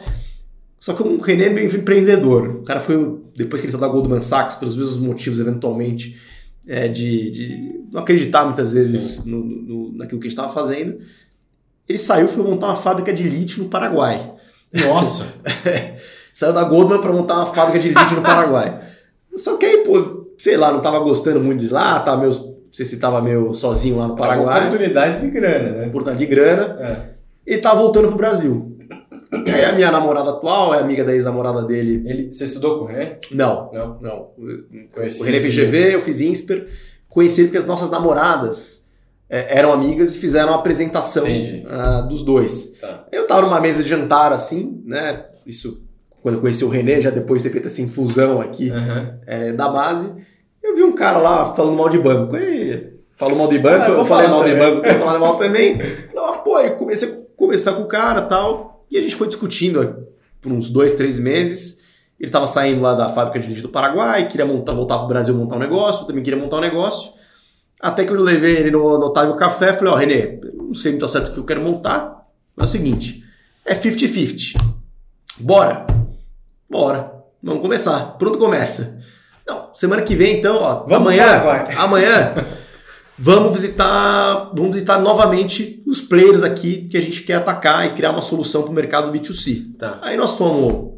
Só que o René é meio empreendedor. O cara foi, depois que ele saiu da Goldman Sachs, pelos mesmos motivos, eventualmente, é, de, de não acreditar muitas vezes no, no, naquilo que a gente estava fazendo, ele saiu e foi montar uma fábrica de lítio no Paraguai. Nossa! Saiu da Goldman para montar uma fábrica de lítio no Paraguai. Só que aí, pô, sei lá, não estava gostando muito de lá, tava meio, não sei se estava meio sozinho lá no Paraguai. É uma oportunidade de grana, né? Oportunidade de grana. É. E estava voltando pro Brasil. E aí a minha namorada atual é amiga da ex-namorada dele. Ele, você estudou com o René? Não, não. não. O René fez G V, eu fiz INSPER. Conheci ele porque as nossas namoradas é, eram amigas e fizeram uma apresentação uh, dos dois. Tá. Eu tava numa mesa de jantar assim, né? Isso quando eu conheci o René, já depois de ter feito essa infusão aqui uhum. é, da base. Eu vi um cara lá falando mal de banco. E, falou mal de banco, ah, eu, eu falei mal também. de banco, eu falei mal também. Não, pô, eu comecei a conversar com o cara e tal. E a gente foi discutindo por uns dois, três meses. Ele estava saindo lá da fábrica de lítio do Paraguai, queria montar, voltar para o Brasil montar um negócio, eu também queria montar um negócio. Até que eu levei ele no, no Otávio Café, falei, ó, René, não sei muito certo o que eu quero montar, mas é o seguinte, é cinquenta cinquenta. Bora? Bora. Vamos começar. Pronto, começa. Não, semana que vem, então, ó, vamos amanhã, lá, amanhã, vamos visitar, vamos visitar novamente os players aqui que a gente quer atacar e criar uma solução para o mercado B dois C. Tá. Aí nós fomos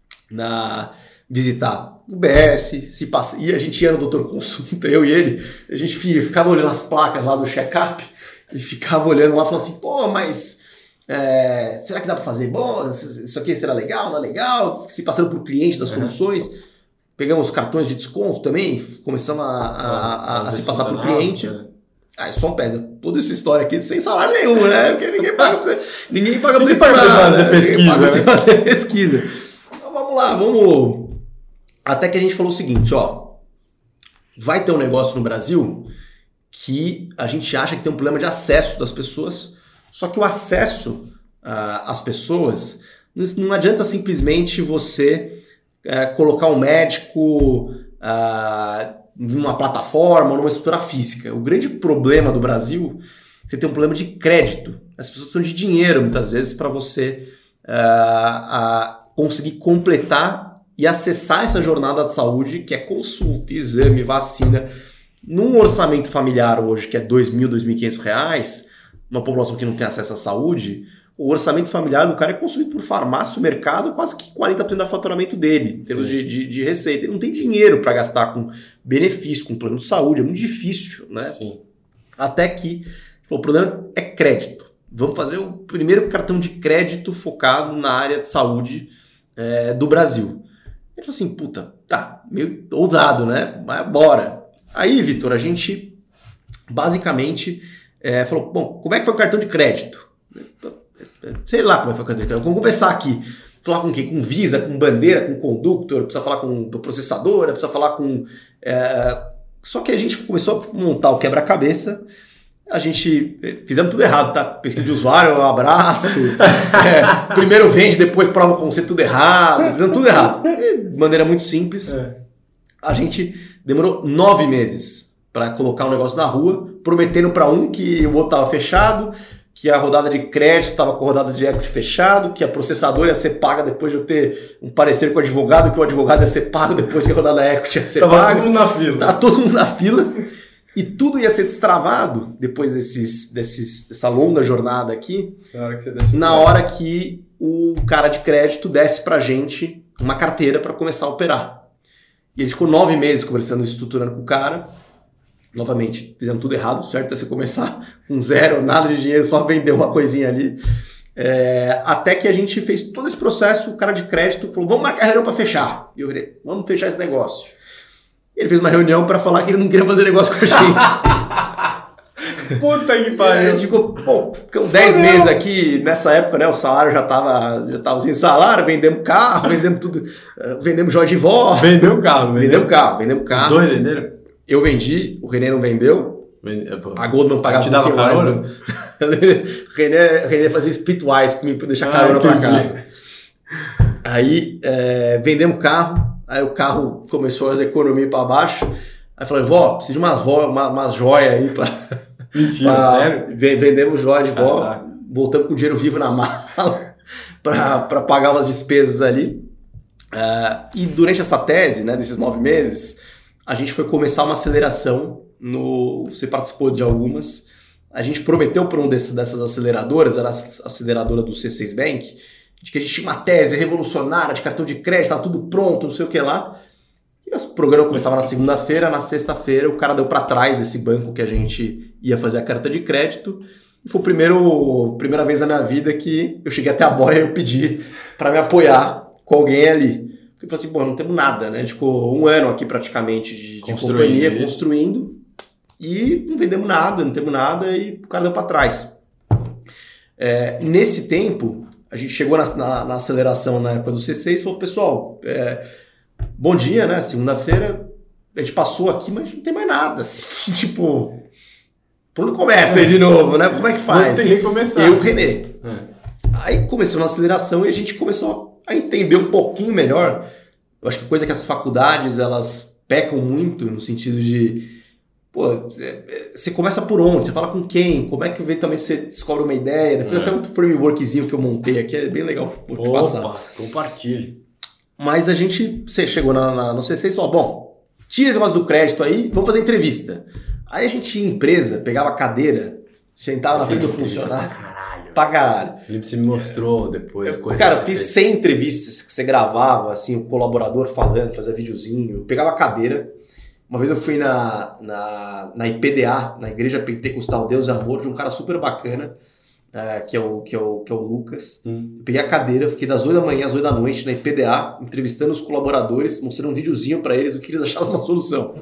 na, visitar o B S, se passa, e a gente ia no doutor Consulta, eu e ele, a gente ficava olhando as placas lá do check-up e ficava olhando lá falando assim, pô, mas é, será que dá para fazer? Bom, isso aqui será legal, não é legal? Se passando para o cliente das soluções. Uhum. Pegamos cartões de desconto também, começamos a, a, a, a se passar para o cliente. Né? Ah, é só um pé. Toda essa história aqui sem salário nenhum, né? Porque ninguém paga pra você, ninguém paga pra você fazer né? pesquisa. Ninguém paga pra você fazer pesquisa. Então vamos lá, vamos. Até que a gente falou o seguinte, ó. Vai ter um negócio no Brasil que a gente acha que tem um problema de acesso das pessoas, só que o acesso uh, às pessoas não adianta simplesmente você. É, colocar um médico uh, numa plataforma, numa estrutura física. O grande problema do Brasil é que você tem um problema de crédito. As pessoas precisam de dinheiro, muitas vezes, para você uh, uh, conseguir completar e acessar essa jornada de saúde, que é consulta, exame, vacina. Num orçamento familiar hoje, que é dois mil, dois mil e quinhentos reais, uma população que não tem acesso à saúde, o orçamento familiar do cara é consumido por farmácia no mercado, quase que quarenta por cento do faturamento dele, em termos de, de, de receita. Ele não tem dinheiro para gastar com benefício, com plano de saúde, é muito difícil, né? Sim. Até que o problema é crédito. Vamos fazer o primeiro cartão de crédito focado na área de saúde é, do Brasil. Ele falou assim, puta, tá, meio ousado, né? Mas bora. Aí, Vitor, a gente basicamente é, falou, bom, como é que foi o cartão de crédito? Sei lá como é que foi o cartão de crédito. Vamos começar aqui. falar com quem? Com Visa, com bandeira, com conductor, precisa falar com processadora, precisa falar com... É... Só que a gente começou a montar o quebra-cabeça, a gente... Fizemos tudo errado, tá? Pesquisa de usuário, um abraço, é, primeiro vende, depois prova o conceito, tudo errado, fizemos tudo errado. De maneira muito simples, é. A gente demorou nove meses para colocar um negócio na rua, prometendo para um que o outro estava fechado, que a rodada de crédito estava com a rodada de equity fechado, que a processadora ia ser paga depois de eu ter um parecer com o advogado, que o advogado ia ser pago depois que a rodada equity ia ser tava paga. Tava todo mundo na fila. Tava todo mundo na fila. E tudo ia ser destravado depois desses, desses, dessa longa jornada aqui, na hora que, você desce na hora que o cara de crédito desse pra gente uma carteira para começar a operar. E a gente ficou nove meses conversando, estruturando com o cara. Novamente, fizemos tudo errado, certo? É você começar com zero, nada de dinheiro, só vender uma coisinha ali. É, até que a gente fez todo esse processo, o cara de crédito falou, vamos marcar a reunião para fechar. E eu falei, vamos fechar esse negócio. E ele fez uma reunião para falar que ele não queria fazer negócio com a gente. Puta que pariu. Tipo, pô, ficam dez meses aqui, nessa época, né, o salário já tava, já tava sem salário, vendemos carro, vendemos tudo, vendemos joia de vó. Vendeu o carro, vendeu. Vendemos carro, vendemos carro. Os dois venderam? Eu vendi, o René não vendeu. A Goldman pagava te dava carona? O René, René fazia splitwise comigo para deixar carona ah, para casa. Aí é, vendemos carro, aí o carro começou a fazer economia para baixo. Aí falei, vó, preciso de umas, umas, umas joias aí para... Mentira, pra, sério? Vendemos joia de vó, ah, voltamos com dinheiro vivo na mala para pagar umas despesas ali. Uh, e durante essa tese, né, desses nove meses, a gente foi começar uma aceleração, no, você participou de algumas, a gente prometeu para um desses, dessas aceleradoras, era a aceleradora do C seis Bank, de que a gente tinha uma tese revolucionária de cartão de crédito, estava tudo pronto, não sei o que lá. E o programa começava na segunda-feira, na sexta-feira o cara deu para trás desse banco que a gente ia fazer a carta de crédito. E foi a primeiro, primeira vez na minha vida que eu cheguei até a boia e eu pedi para me apoiar com alguém ali. Porque eu falei assim, bom, não temos nada, né? A gente ficou um ano aqui praticamente de, de companhia, construindo, e não vendemos nada, não temos nada, e o cara deu para trás. É, nesse tempo, a gente chegou na, na, na aceleração na época do C seis e falou, pessoal, é, bom dia, né? Segunda-feira, a gente passou aqui, mas não tem mais nada, assim, tipo... Por onde começa aí de novo, né? Como é que faz? Não tem que começar. Eu e o René. É. Aí começamos a aceleração e a gente começou a entender um pouquinho melhor. Eu acho que coisa que as faculdades, elas pecam muito no sentido de... Pô, você começa por onde? Você fala com quem? Como é que eventualmente você descobre uma ideia? Depois é. Até um frameworkzinho que eu montei aqui, é bem legal de passar. Opa, compartilhe. Mas a gente, você chegou na, na, no C seis e falou, bom, tira esse negócio do crédito aí, vamos fazer entrevista. Aí a gente ia em empresa, pegava a cadeira, sentava você na frente do funcionário. Pra caralho. Pra caralho. Ele você me mostrou depois. Eu, cara, eu fiz cem entrevistas que você gravava, assim, o colaborador falando, fazia videozinho. Eu pegava a cadeira. Uma vez eu fui na, na, na I P D A, na Igreja Pentecostal Deus e Amor, de um cara super bacana, uh, que, é o, que, é o, que é o Lucas. Hum. Eu peguei a cadeira, fiquei das oito da manhã às oito da noite na I P D A, entrevistando os colaboradores, mostrando um videozinho pra eles, o que eles achavam uma solução.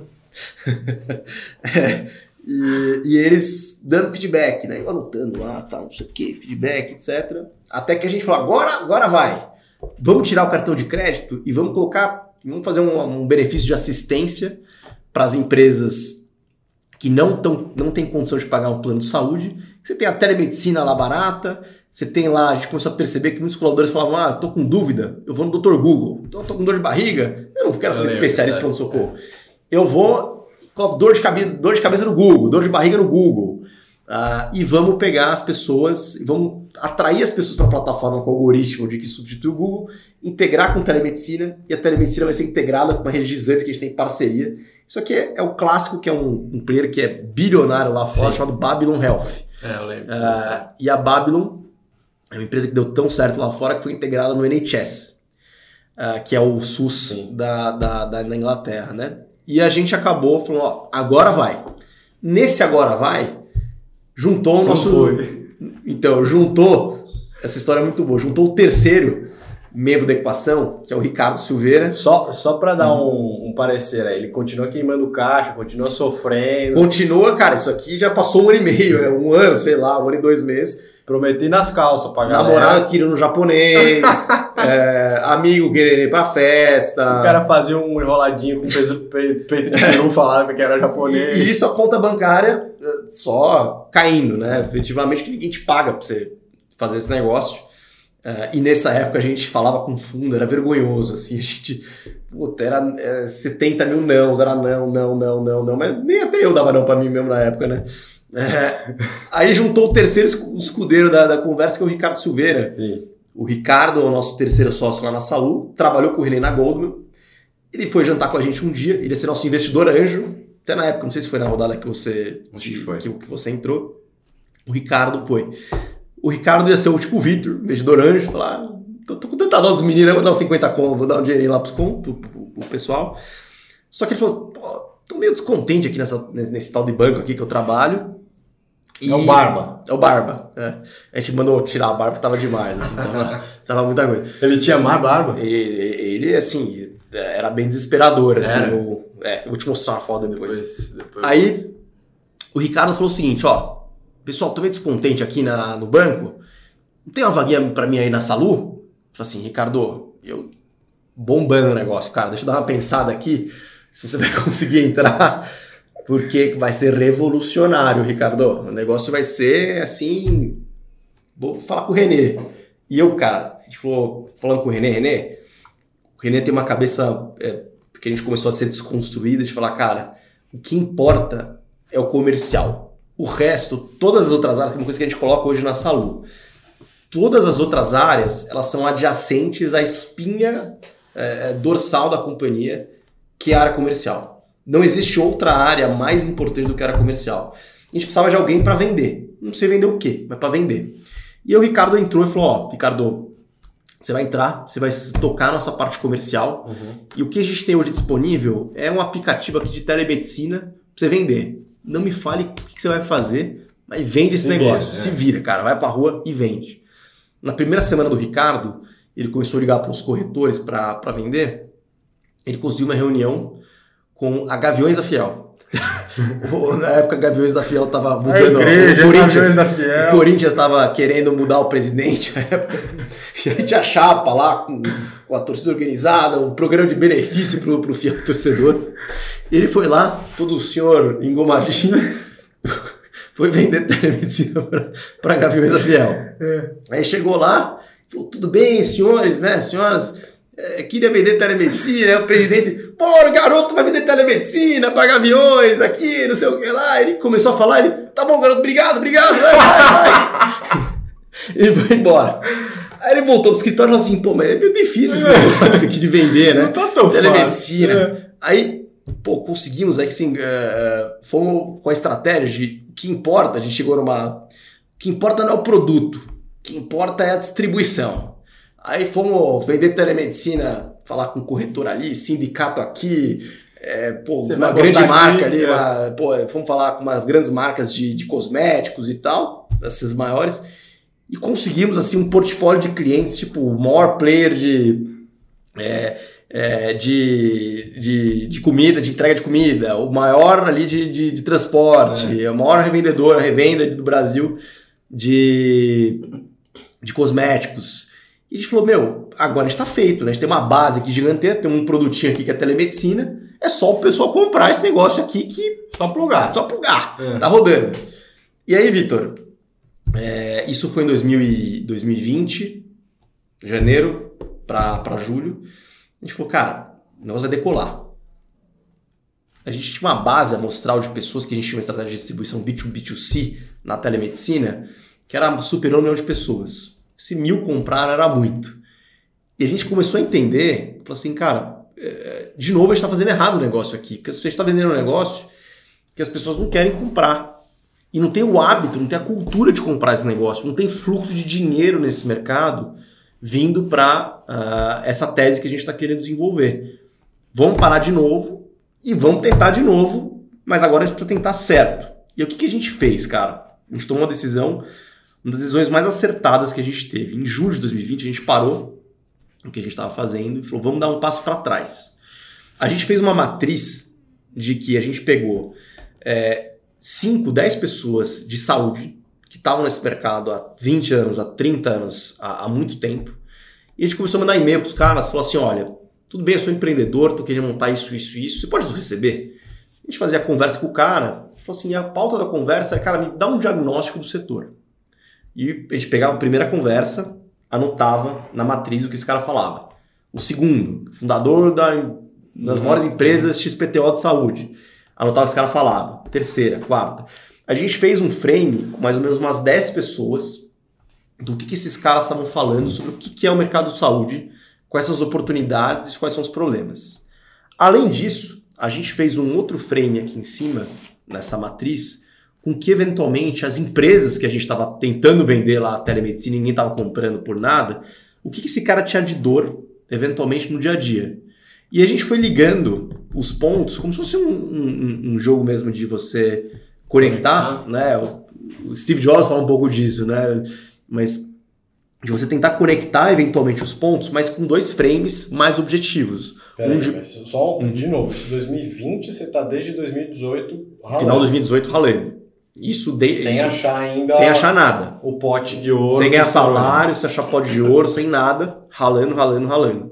é, e, e eles dando feedback, né? Eu anotando lá, tá, não sei o que, feedback, etcétera. Até que a gente falou, agora, agora vai. Vamos tirar o cartão de crédito e vamos colocar, vamos fazer um, um benefício de assistência para as empresas que não, tão, não têm condição de pagar um plano de saúde. Você tem a telemedicina lá barata, você tem lá, a gente começou a perceber que muitos colaboradores falavam, ah, tô com dúvida, eu vou no doutor Google, então eu tô com dor de barriga, eu não quero ser especialista em pronto-socorro. Eu vou, dor de, cabeça, dor de cabeça no Google, dor de barriga no Google. Uh, e vamos pegar as pessoas, vamos atrair as pessoas para a plataforma com o algoritmo de que substitui o Google, integrar com telemedicina, e a telemedicina vai ser integrada com uma rede de exames que a gente tem parceria. Isso aqui é, é o clássico, que é um, um player que é bilionário lá fora, chamado Babylon Health. É, eu lembro. Uh, e a Babylon é uma empresa que deu tão certo lá fora que foi integrada no N H S, uh, que é o SUS da, da, da, da Inglaterra, né? E a gente acabou falando, ó, agora vai. Nesse agora vai, juntou o nosso... Não foi. Então, juntou, essa história é muito boa, juntou o terceiro membro da equação, que é o Ricardo Silveira. Só, só para dar um, um parecer aí, ele continua queimando caixa, continua sofrendo. Continua, cara, isso aqui já passou um ano e meio, é um ano, sei lá, um ano e dois meses. Prometi nas calças pra galera. Namorada que no japonês, é, amigo querendo ir pra festa. O cara fazia um enroladinho com peso, peito de peru, falava que era japonês. E, e isso a conta bancária só caindo, né? Efetivamente que ninguém te paga pra você fazer esse negócio. Uh, e nessa época a gente falava com fundo, era vergonhoso, assim, a gente, puta, era é, setenta mil nãos, era não, não, não, não, não, mas nem até eu dava não pra mim mesmo na época, né? É, aí juntou o terceiro escudeiro da, da conversa, que é o Ricardo Silveira. Sim. O Ricardo, o nosso terceiro sócio lá na Saúl, trabalhou com o René na Goldman, ele foi jantar com a gente um dia, ele ia ser nosso investidor anjo, até na época, não sei se foi na rodada que você, Acho que, foi. que, que você entrou, o Ricardo foi. O Ricardo ia ser o tipo Vitor, investidor anjo, falar, tô, tô com tanta dó dos meninos, vou dar uns cinquenta conto, vou dar um dinheirinho lá pros com, pro, pro, pro pessoal. Só que ele falou, pô, tô meio descontente aqui nessa, nesse, nesse tal de banco aqui que eu trabalho. E... É o Barba. É o Barba. É. A gente mandou tirar a barba porque tava demais, assim, tava, tava muita coisa. Ele tinha mais barba? Ele, ele assim, era bem desesperador, assim. É. O, é, eu vou te mostrar uma foto depois. depois, depois Aí, depois. O Ricardo falou o seguinte, ó, pessoal, tô meio descontente aqui na, no banco, não tem uma vaguinha pra mim aí na Salu? Falei assim, Ricardo, eu bombando o negócio, cara, deixa eu dar uma pensada aqui, se você vai conseguir entrar, porque vai ser revolucionário, Ricardo, o negócio vai ser assim, vou falar com o Renê. E eu, cara, a gente falou, falando com o Renê, Renê, o Renê tem uma cabeça é, que a gente começou a ser desconstruída, de falar, cara, o que importa é o comercial. O resto, todas as outras áreas, que é uma coisa que a gente coloca hoje na Salu, todas as outras áreas, elas são adjacentes à espinha é, dorsal da companhia, que é a área comercial. Não existe outra área mais importante do que a área comercial. A gente precisava de alguém para vender. Não sei vender o quê, mas para vender. E aí o Ricardo entrou e falou, ó, Ricardo, você vai entrar, você vai tocar a nossa parte comercial, uhum. E o que a gente tem hoje disponível é um aplicativo aqui de telemedicina para você vender. Não me fale o que você vai fazer, mas vende esse se negócio. Vira, se é. vira, cara. Vai pra rua e vende. Na primeira semana do Ricardo, ele começou a ligar para os corretores para vender. Ele conseguiu uma reunião com a Gaviões da Fiel. Na época, a Gaviões da Fiel estava mudando. Igreja, o Corinthians da Fiel. O Corinthians estava querendo mudar o presidente na época. E aí tinha chapa lá com, com a torcida organizada, um programa de benefício pro, pro fiel torcedor. E ele foi lá, todo o senhor engomadinho, foi vender telemedicina para Gaviões da Fiel. É. Aí chegou lá, falou, tudo bem, senhores, né, senhoras, é, queria vender telemedicina, aí o presidente, pô, o garoto vai vender telemedicina para Gaviões aqui, não sei o que lá. Ele começou a falar, ele, tá bom, garoto, obrigado, obrigado, vai, vai, vai. Ele foi embora. Aí ele voltou pro escritório e falou assim, pô, mas é meio difícil esse negócio aqui de vender, né? Não tá tão telemedicina. Fácil. É. Aí, pô, conseguimos, aí assim, uh, fomos com a estratégia de o que importa, a gente chegou numa... O que importa não é o produto, o que importa é a distribuição. Aí fomos vender telemedicina, falar com o corretor ali, sindicato aqui, é, pô, Você uma grande marca aqui, ali, é. uma, pô, fomos falar com umas grandes marcas de, de cosméticos e tal, essas maiores, e conseguimos assim um portfólio de clientes, tipo, o maior player de... É, É, de, de, de comida, de entrega de comida, o maior ali de, de, de transporte, é. o maior revendedor, a revenda do Brasil de, de cosméticos. E a gente falou, meu, agora a gente tá feito, né? A gente tem uma base aqui gigantesca, tem um produtinho aqui que é telemedicina, é só o pessoal comprar esse negócio aqui que... Só plugar. Só plugar, é. Tá rodando. E aí, Vitor, é, isso foi em dois mil e vinte, janeiro para julho. A gente falou, cara, o negócio vai decolar. A gente tinha uma base amostral de pessoas que a gente tinha uma estratégia de distribuição B dois B dois C na telemedicina, que era superou um milhão de pessoas. Se mil compraram, era muito. E a gente começou a entender, falou assim, cara, de novo a gente está fazendo errado o negócio aqui, porque a gente está vendendo um negócio que as pessoas não querem comprar. E não tem o hábito, não tem a cultura de comprar esse negócio, não tem fluxo de dinheiro nesse mercado vindo para uh, essa tese que a gente está querendo desenvolver. Vamos parar de novo e vamos tentar de novo, mas agora a gente precisa tentar certo. E o que, que a gente fez, cara? A gente tomou uma decisão, uma das decisões mais acertadas que a gente teve. Em julho de dois mil e vinte, a gente parou o que a gente estava fazendo e falou, vamos dar um passo para trás. A gente fez uma matriz de que a gente pegou cinco, dez pessoas de saúde que estavam nesse mercado há vinte anos, há trinta anos, há, há muito tempo. E a gente começou a mandar e-mail para os caras, falou assim, olha, tudo bem, eu sou empreendedor, estou querendo montar isso, isso, isso, você pode nos receber? A gente fazia a conversa com o cara, falou assim, a pauta da conversa é, cara, me dá um diagnóstico do setor. E a gente pegava a primeira conversa, anotava na matriz o que esse cara falava. O segundo, fundador da, das maiores empresas X P T O de saúde. Anotava o que esse cara falava. Terceira, quarta. A gente fez um frame com mais ou menos umas dez pessoas do que, que esses caras estavam falando sobre o que, que é o mercado de saúde, quais são as oportunidades e quais são os problemas. Além disso, a gente fez um outro frame aqui em cima, nessa matriz, com que eventualmente as empresas que a gente estava tentando vender lá a telemedicina e ninguém estava comprando por nada, o que, que esse cara tinha de dor, eventualmente, no dia a dia. E a gente foi ligando os pontos, como se fosse um, um, um jogo mesmo de você conectar, conectar. Né? O, o Steve Jobs fala um pouco disso, né? Mas de você tentar conectar eventualmente os pontos, mas com dois frames mais objetivos. Peraí, um de... só um, de novo, isso dois mil e vinte, você está desde dois mil e dezoito ralando. Final de dois mil e dezoito ralando. Isso de... Sem isso... achar ainda... Sem achar nada. O pote de ouro. Sem ganhar salário, sem achar pote de ouro, sem nada. Ralando, ralando, ralando.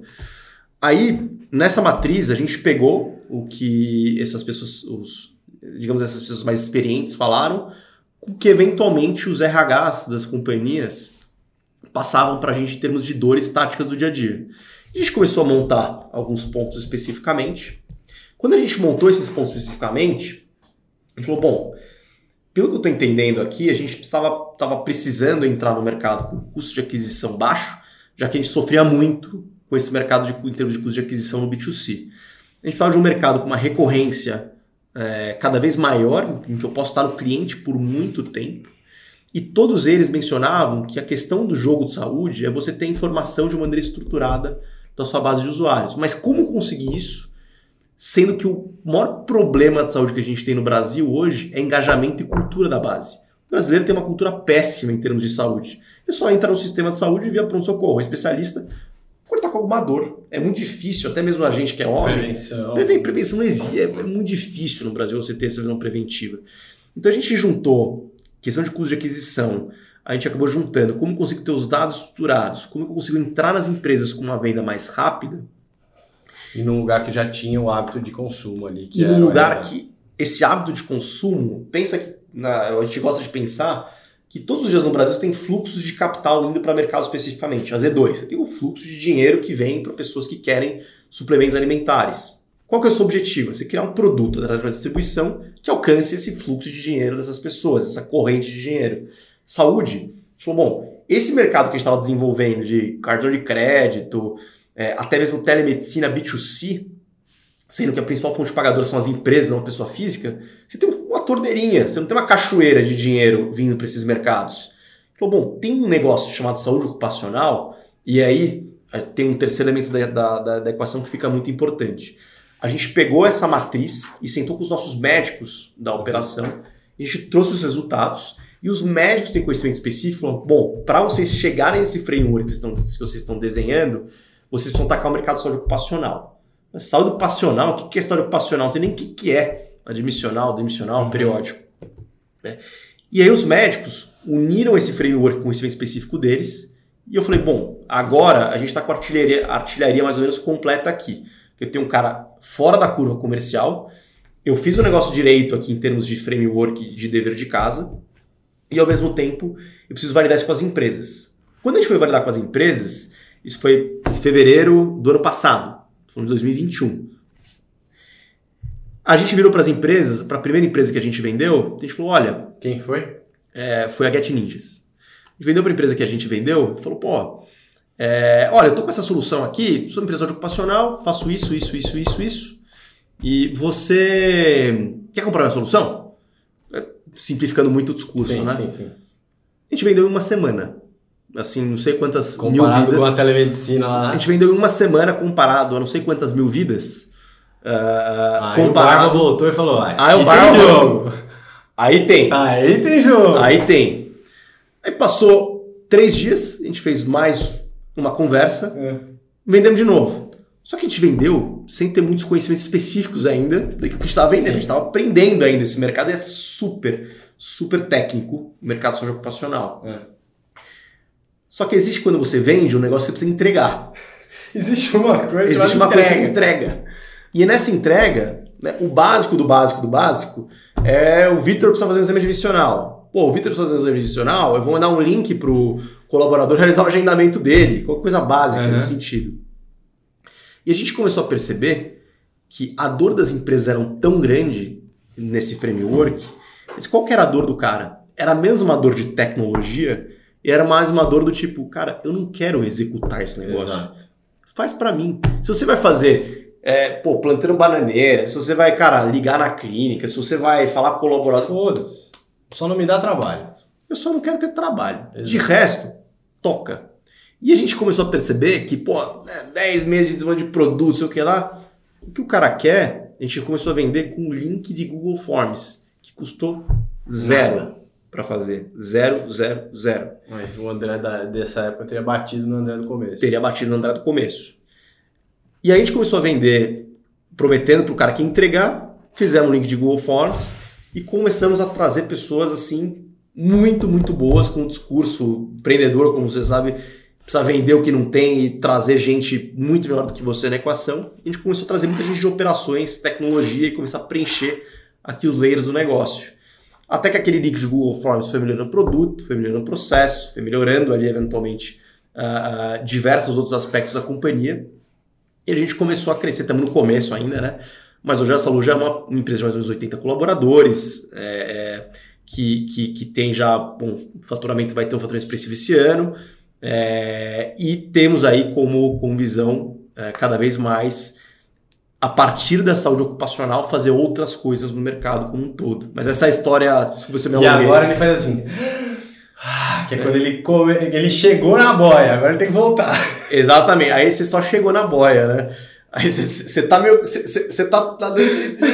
Aí, nessa matriz, a gente pegou o que essas pessoas, os, digamos, essas pessoas mais experientes falaram, o que eventualmente os R Hs das companhias passavam para a gente em termos de dores táticas do dia a dia. A gente começou a montar alguns pontos especificamente. Quando a gente montou esses pontos especificamente, a gente falou, bom, pelo que eu estou entendendo aqui, a gente estava estava precisando entrar no mercado com custo de aquisição baixo, já que a gente sofria muito com esse mercado de, em termos de custo de aquisição no B dois C. A gente precisava de um mercado com uma recorrência é, cada vez maior, em que eu posso estar no cliente por muito tempo. E todos eles mencionavam que a questão do jogo de saúde é você ter informação de maneira estruturada da sua base de usuários. Mas como conseguir isso, sendo que o maior problema de saúde que a gente tem no Brasil hoje é engajamento e cultura da base. O brasileiro tem uma cultura péssima em termos de saúde. Ele só entra no sistema de saúde e via pronto-socorro. O especialista cortar com alguma dor. É muito difícil, até mesmo a gente que é homem. Prevenção. Preven- prevenção não existe. É, é muito difícil no Brasil você ter essa visão preventiva. Então a gente juntou questão de custo de aquisição, a gente acabou juntando como eu consigo ter os dados estruturados, como eu consigo entrar nas empresas com uma venda mais rápida. E num lugar que já tinha o hábito de consumo ali. Que e num lugar era... que esse hábito de consumo, pensa que na, a gente gosta de pensar que todos os dias no Brasil você tem fluxos de capital indo para mercado especificamente. A Z dois, você tem um fluxo de dinheiro que vem para pessoas que querem suplementos alimentares. Qual que é o seu objetivo? Você criar um produto através de uma distribuição que alcance esse fluxo de dinheiro dessas pessoas, essa corrente de dinheiro. Saúde, a gente falou, bom, esse mercado que a gente estava desenvolvendo de cartão de crédito, é, até mesmo telemedicina B dois C, sendo que a principal fonte de pagador são as empresas, não a pessoa física, você tem uma tordeirinha, você não tem uma cachoeira de dinheiro vindo para esses mercados. Falou, bom, tem um negócio chamado saúde ocupacional, e aí tem um terceiro elemento da, da, da, da equação que fica muito importante. A gente pegou essa matriz e sentou com os nossos médicos da operação, a gente trouxe os resultados, e os médicos têm conhecimento específico, falaram, bom, para vocês chegarem a esse framework que vocês estão, que vocês estão desenhando, vocês vão tacar o mercado de saúde ocupacional. Mas saúde ocupacional, o que é saúde ocupacional? Não sei nem o que é admissional, demissional, uhum. periódico. Né? E aí os médicos uniram esse framework com o conhecimento específico deles, e eu falei, bom, agora a gente está com a artilharia, a artilharia mais ou menos completa aqui. Eu tenho um cara fora da curva comercial, eu fiz o negócio direito aqui em termos de framework de dever de casa, e ao mesmo tempo eu preciso validar isso com as empresas. Quando a gente foi validar com as empresas, isso foi em fevereiro do ano passado, foi de dois mil e vinte e um. A gente virou para as empresas, para a primeira empresa que a gente vendeu, a gente falou, olha... Quem foi? É, foi a Get Ninjas. A gente vendeu para a empresa que a gente vendeu, falou, pô, é, olha, eu tô com essa solução aqui, sou empresário ocupacional, faço isso, isso, isso, isso, isso, e você quer comprar minha solução? Simplificando muito o discurso, sim, né? Sim, sim. A gente vendeu em uma semana. Assim, não sei quantas comparado mil vidas. Com a telemedicina lá. A gente vendeu em uma semana comparado a não sei quantas mil vidas. Uh, aí comparado... o Barba voltou e falou, ah, aí o Barba tem jogo. Aí tem. Aí tem jogo. Aí tem. Aí passou três dias, a gente fez mais uma conversa, é. vendemos de novo. Só que a gente vendeu sem ter muitos conhecimentos específicos ainda do que a gente estava vendendo. Sim. A gente estava aprendendo ainda esse mercado, é super, super técnico no mercado de saúde ocupacional. É. Só que existe quando você vende um negócio que você precisa entregar. Existe uma coisa Existe uma coisa que entrega. E nessa entrega, né, o básico do básico do básico é o Vitor precisa fazer um exame admissional. Pô, o Vitor precisa fazer um exame admissional, eu vou mandar um link pro colaborador realizar o agendamento dele. Qualquer coisa básica uhum. nesse sentido. E a gente começou a perceber que a dor das empresas era tão grande nesse framework. Mas qual que era a dor do cara? Era menos uma dor de tecnologia e era mais uma dor do tipo, cara, eu não quero executar esse negócio. Exato. Faz pra mim. Se você vai fazer, é, pô, plantando bananeira, se você vai, cara, ligar na clínica, se você vai falar com colaborador... Foda-se. Só não me dá trabalho. Eu só não quero ter trabalho. Exato. De resto, toca. E a gente começou a perceber que, pô, dez meses de desenvolvimento de produto, sei o que lá, o que o cara quer, a gente começou a vender com um link de Google Forms, que custou zero para fazer. Zero, zero, zero. Mas o André da, dessa época teria batido no André do começo. Teria batido no André do começo. E aí a gente começou a vender, prometendo para o cara que ia entregar, fizemos um link de Google Forms e começamos a trazer pessoas assim, muito, muito boas, com um discurso empreendedor, como você sabe, precisa vender o que não tem e trazer gente muito melhor do que você na equação. A gente começou a trazer muita gente de operações, tecnologia e começar a preencher aqui os layers do negócio. Até que aquele link de Google Forms foi melhorando o produto, foi melhorando o processo, foi melhorando ali eventualmente uh, uh, diversos outros aspectos da companhia. E a gente começou a crescer, estamos no começo ainda, né? Mas hoje a Salu já é uma empresa de mais ou menos oitenta colaboradores, é, é, que, que, que tem já, bom, o faturamento vai ter um faturamento expressivo esse ano. É, e temos aí como, como visão é, cada vez mais, a partir da saúde ocupacional, fazer outras coisas no mercado como um todo. Mas essa história... Você me e agora ele faz assim... Que é quando ele, come, ele chegou na boia, agora ele tem que voltar. Exatamente, aí você só chegou na boia, né? Aí você, você tá meio... Você, você tá... tá de,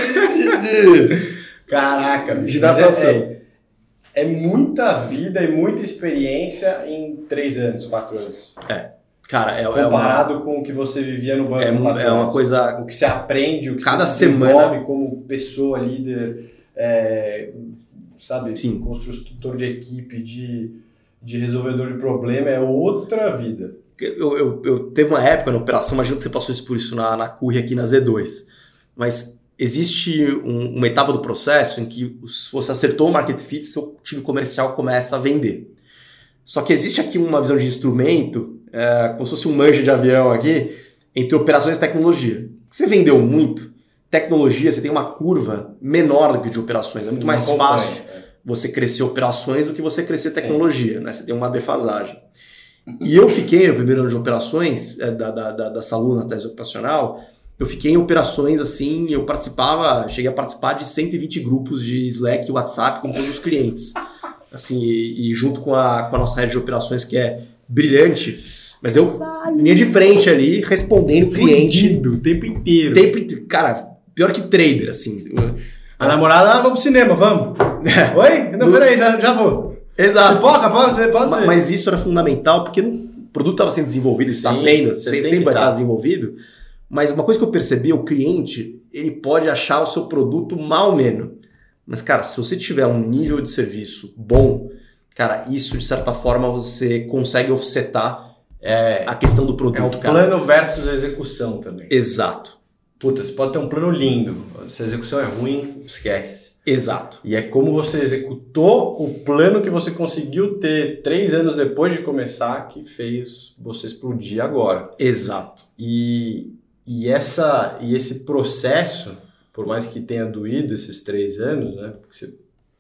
de, de, Caraca, de natação. É, é muita vida e muita experiência em três anos, quatro anos. É. Cara, é, comparado é uma, com o que você vivia no banco. É, é uma coisa... O que você aprende, o que cada você semana, desenvolve como pessoa, líder, é, sabe? Sim. Construtor de equipe, de, de resolvedor de problema, é outra vida. Eu, eu, eu teve uma época na operação, imagino que você passou isso por isso na, na Curry aqui na Z dois, mas existe um, uma etapa do processo em que se você acertou o market fit, seu time comercial começa a vender. Só que existe aqui uma visão de instrumento, é, como se fosse um manche de avião aqui, entre operações e tecnologia. Você vendeu muito, tecnologia, você tem uma curva menor do que de operações. É muito Sim, mais fácil é. você crescer operações do que você crescer tecnologia. Né? Você tem uma defasagem. E eu fiquei no primeiro ano de operações é, da, da, da, da Salu na tese operacional, eu fiquei em operações assim, eu participava, cheguei a participar de cento e vinte grupos de Slack e WhatsApp com todos os clientes. Assim, e, e junto com a, com a nossa rede de operações, que é brilhante, mas eu, linha de frente ali, respondendo o cliente. O tempo inteiro. Tempo inteiro. Cara, pior que trader, assim. A namorada, ah, vamos pro cinema, vamos. Oi? Não, peraí, já vou. Exato. Pipoca, pode ser, pode ser. Mas isso era fundamental, porque o produto estava sendo desenvolvido, está sendo, sempre vai estar desenvolvido. Mas uma coisa que eu percebi, o cliente, ele pode achar o seu produto mal ou menos. Mas, cara, se você tiver um nível de serviço bom, cara, isso, de certa forma, você consegue offsetar é, a questão do produto. É o cara. plano versus a execução também. Exato. Puta, você pode ter um plano lindo. Se a execução é ruim, esquece. Exato. E é como você executou o plano que você conseguiu ter três anos depois de começar que fez você explodir agora. Exato. E, e, essa, e esse processo... Por mais que tenha doído esses três anos, né? Porque você,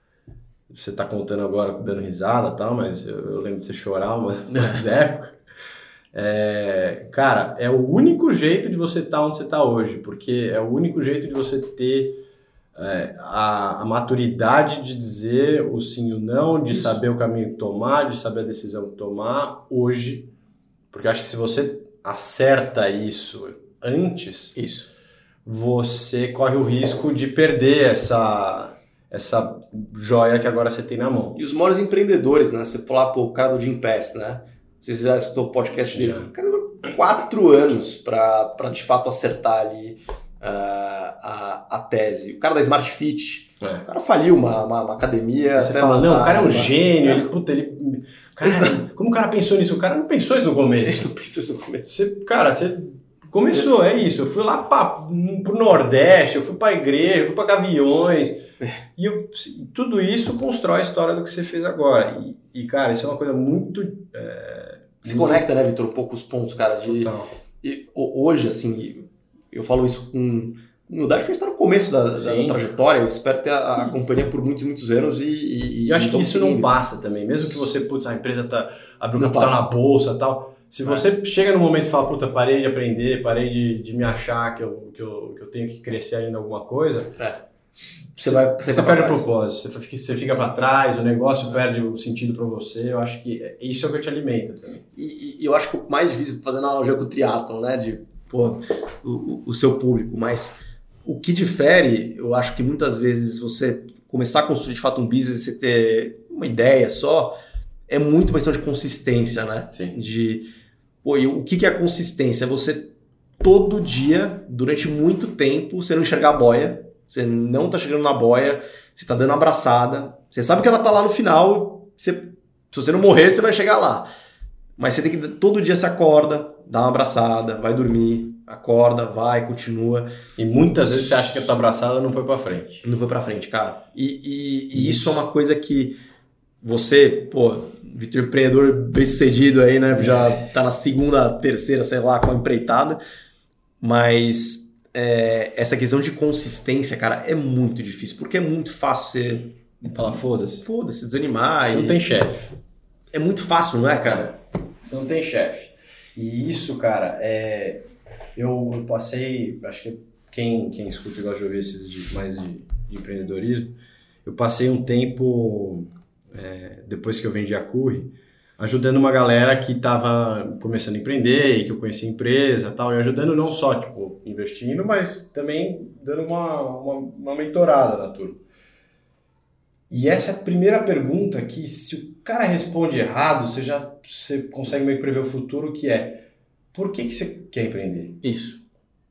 você tá contando agora dando risada e tal, mas eu, eu lembro de você chorar uma, umas épocas. É, cara, é o único jeito de você estar tá onde você está hoje, porque é o único jeito de você ter é, a, a maturidade de dizer o sim e o não, de Isso. saber o caminho que tomar, de saber a decisão que tomar hoje. Porque eu acho que se você acerta isso antes... Isso. você corre o risco de perder essa, essa joia que agora você tem na mão. E os maiores empreendedores, né? Você falar, pô, o cara do Jim Pass, né? Você já escutou o podcast dele? O cara demorou quatro anos para de fato acertar ali uh, a, a tese. O cara da Smart Fit, É. O cara faliu uma, uma, uma academia. Você fala, não, o cara é um gênio, ele, puta, ele... Cara, como o cara pensou nisso? O cara não pensou isso no começo. Ele não pensou isso no começo. Você, cara, você começou, é isso. Eu fui lá pra, pro Nordeste, eu fui pra igreja, eu fui pra Gaviões. É. E eu, tudo isso constrói a história do que você fez agora. E, e cara, isso é uma coisa muito... É, Se muito... conecta, né, Vitor? Um pouco os pontos, cara. De, e, hoje, assim, eu falo isso com... Humildade, porque a gente está no começo da, da trajetória, eu espero ter a, a companhia por muitos, muitos anos e... E, e eu acho que isso não passa também, mesmo que você, putz, a empresa tá, abriu capital na bolsa e tal, se você é. chega no momento e fala, puta, parei de aprender, parei de, de me achar que eu, que, eu, que eu tenho que crescer ainda alguma coisa, é. você, vai, você, você perde o propósito, você fica, você fica para trás, o negócio é. perde o sentido para você, eu acho que isso é o que te alimenta também. E, e eu acho que o mais difícil, fazendo analogia com o triatlon, né, de, pô, o, o seu público, mas... O que difere, eu acho que muitas vezes você começar a construir de fato um business e você ter uma ideia só, é muito uma questão de consistência, né? Sim. De, pô, e o que é a consistência? É você todo dia, durante muito tempo, você não enxergar a boia, você não tá chegando na boia, você tá dando uma abraçada, você sabe que ela tá lá no final, você, se você não morrer, você vai chegar lá. Mas você tem que, todo dia você acorda, dá uma abraçada, vai dormir, acorda, vai, continua. E muitas vezes você acha que a tua abraçada não foi pra frente. Não foi pra frente, cara. E, e, e isso. isso é uma coisa que você, pô, Vitor, empreendedor bem sucedido aí, né? Já tá na segunda, terceira, sei lá, com a empreitada. Mas é, essa questão de consistência, cara, é muito difícil. Porque é muito fácil você... Falar foda-se. Foda-se, desanimar. Não e... tem chefe. É muito fácil, não é, cara? Você não tem chefe. E isso, cara, é... Eu passei, acho que quem, quem escuta e gosta de ouvir esses de, mais de, de empreendedorismo, eu passei um tempo, é, depois que eu vendi a Curry, ajudando uma galera que estava começando a empreender e que eu conhecia a empresa e tal, e ajudando não só, tipo, investindo, mas também dando uma, uma, uma mentorada na turma. E essa é a primeira pergunta que, se o cara responde errado, você já você consegue meio que prever o futuro, que é: por que, que você quer empreender? Isso.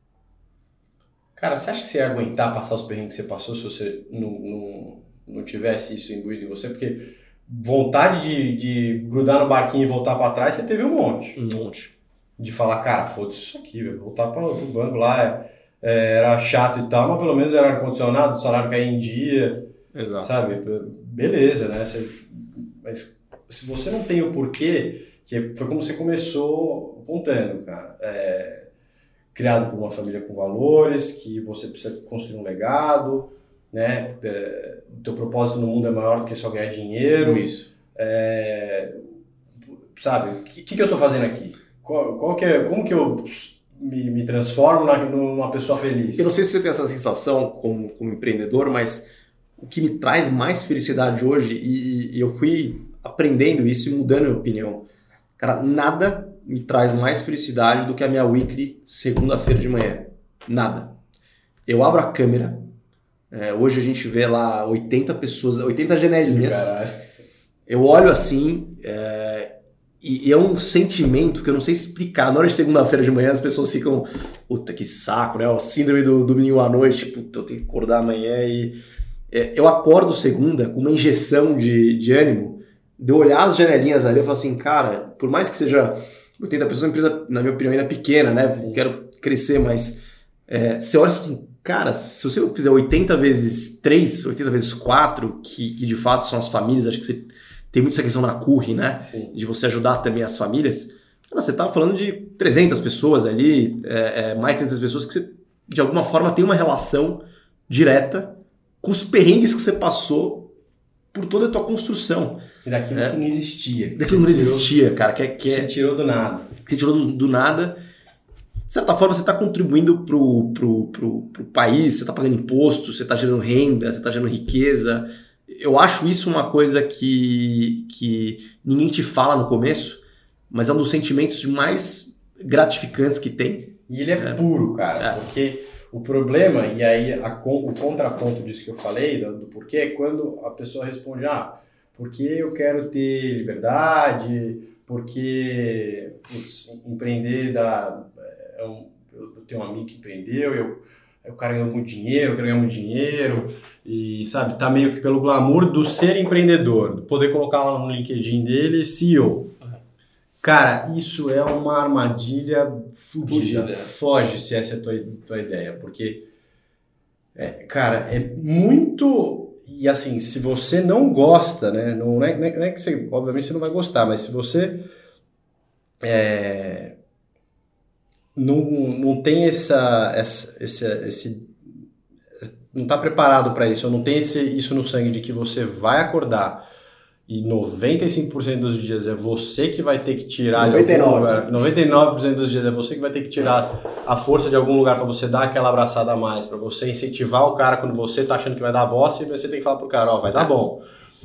Cara, você acha que você ia aguentar passar os perrengues que você passou se você não, não, não tivesse isso imbuído em você? Porque vontade de, de grudar no barquinho e voltar para trás, você teve um monte. Um monte. De falar, cara, foda-se isso aqui, velho. Voltar para o banco lá, é, era chato e tal, mas pelo menos era ar-condicionado, o salário caía em dia. Exato. Sabe? Beleza, né? Você, mas se você não tem o porquê, que foi como você começou contando, cara. É, criado por uma família com valores, que você precisa construir um legado, né? É, o teu propósito no mundo é maior do que só ganhar dinheiro. Isso. É, sabe? O que, que eu tô fazendo aqui? Qual, qual que é, como que eu me, me transformo na, numa pessoa feliz? Eu não sei se você tem essa sensação como, como empreendedor, mas o que me traz mais felicidade hoje, e, e eu fui aprendendo isso e mudando a minha opinião. Cara, nada me traz mais felicidade do que a minha weekly segunda-feira de manhã. Nada. Eu abro a câmera, é, hoje a gente vê lá oitenta pessoas, oitenta janelinhas. Caralho. Eu olho assim, é, e, e é um sentimento que eu não sei explicar. Na hora de segunda-feira de manhã as pessoas ficam, puta que saco, né? O síndrome do domingo à noite, puta, eu tenho que acordar amanhã e... É, eu acordo segunda com uma injeção de, de ânimo, de eu olhar as janelinhas ali, eu falo assim, cara, por mais que seja oitenta pessoas, uma empresa, na minha opinião, ainda pequena, né? Sim. Quero crescer, mas é, você olha e fala assim, cara, se você fizer oitenta vezes três, oitenta vezes quatro, que, que de fato são as famílias, acho que você tem muito essa questão na Curry, né? Sim. De você ajudar também as famílias. Cara, você tá falando de trezentas pessoas ali, é, é, mais trezentas pessoas que você, de alguma forma, tem uma relação direta com os perrengues que você passou por toda a tua construção. E daquilo é, que não existia. Daquilo que não existia, cara. Que é, que você é, tirou do nada. Que você tirou do, do nada. De certa forma, você está contribuindo pro, pro, pro, pro país, você está pagando imposto, você está gerando renda, você está gerando riqueza. Eu acho isso uma coisa que, que ninguém te fala no começo, mas é um dos sentimentos mais gratificantes que tem. E ele é, é. puro, cara, é. porque... O problema, e aí a, o contraponto disso que eu falei, do, do porquê, é quando a pessoa responde, ah, porque eu quero ter liberdade, porque putz, empreender dá... É um, eu tenho um amigo que empreendeu, eu, o cara ganha muito dinheiro, o cara ganha muito dinheiro, e sabe, tá meio que pelo glamour do ser empreendedor, do poder colocar lá no LinkedIn dele C E O. Cara, isso é uma armadilha fodida. Foge se essa é a tua, tua ideia, porque, é, cara, é muito... E assim, se você não gosta, né, não é, não é que você, obviamente você não vai gostar, mas se você é, não, não tem essa, essa esse, esse não está preparado para isso, ou não tem esse, isso no sangue de que você vai acordar e noventa e cinco por cento dos dias é você que vai ter que tirar noventa e nove de algum lugar, noventa e nove por cento dos dias é você que vai ter que tirar a força de algum lugar para você dar aquela abraçada a mais, para você incentivar o cara quando você tá achando que vai dar bosta, e você tem que falar pro cara, ó, vai dar bom.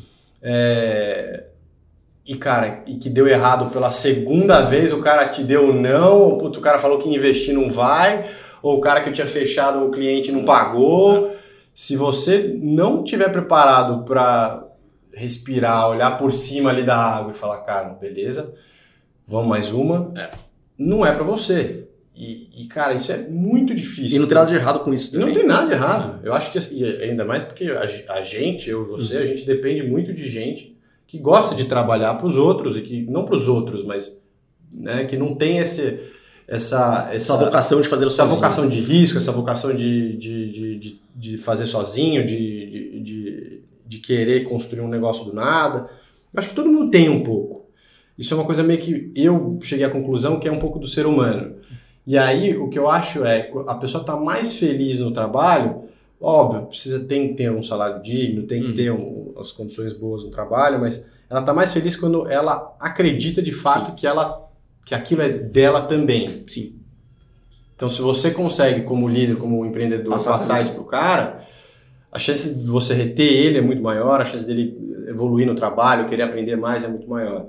É... E cara, e que deu errado pela segunda vez, o cara te deu não, ou o cara falou que investir não vai, ou o cara que tinha fechado o cliente não pagou. Se você não tiver preparado para respirar, olhar por cima ali da água e falar, cara, beleza, vamos mais uma, é. Não é pra você. E, e, cara, isso é muito difícil. E não tem nada de errado com isso também. Não tem nada de errado. Eu acho que, assim, ainda mais porque a, a gente, eu e você, uhum. a gente depende muito de gente que gosta de trabalhar pros outros, e que, não pros outros, mas né, que não tem esse, essa, essa... Essa vocação de fazer essa sozinho. vocação de risco, essa vocação de, de, de, de, de fazer sozinho, de... de, de de querer construir um negócio do nada. Eu acho que todo mundo tem um pouco. Isso é uma coisa meio que eu cheguei à conclusão que é um pouco do ser humano. E aí, o que eu acho é a pessoa tá mais feliz no trabalho, óbvio, precisa, tem que ter um salário digno, tem que uhum. ter um, as condições boas no trabalho, mas ela tá mais feliz quando ela acredita de fato que, ela, que aquilo é dela também. Sim. Então, se você consegue, como líder, como empreendedor, passar, passar isso pro cara... A chance de você reter ele é muito maior, a chance dele evoluir no trabalho, querer aprender mais é muito maior.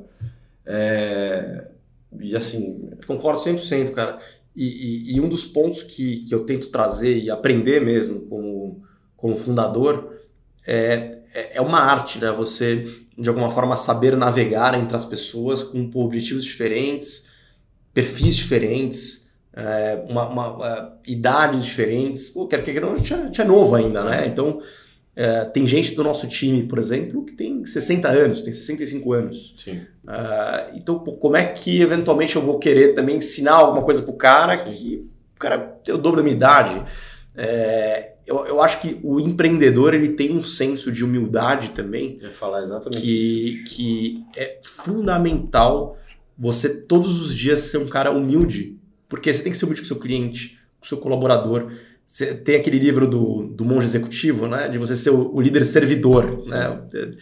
É... E assim... Concordo cem por cento, cara. E, e, e um dos pontos que, que eu tento trazer e aprender mesmo como, como fundador é, é, é uma arte, né? Você, de alguma forma, saber navegar entre as pessoas com objetivos diferentes, perfis diferentes, É, uma, uma, uma, idades diferentes. Pô, quer que não, a gente é novo ainda, né? Então, é, tem gente do nosso time, por exemplo, que tem sessenta anos, tem sessenta e cinco anos. Sim. É, então, pô, como é que eventualmente eu vou querer também ensinar alguma coisa pro cara Sim. que o cara tem o dobro da minha idade? É, eu, eu acho que o empreendedor ele tem um senso de humildade também. Eu ia falar exatamente. Que, que é fundamental você todos os dias ser um cara humilde. Porque você tem que ser humilde com o seu cliente, com o seu colaborador. Você tem aquele livro do, do monge executivo, né? De você ser o, o líder servidor. Né?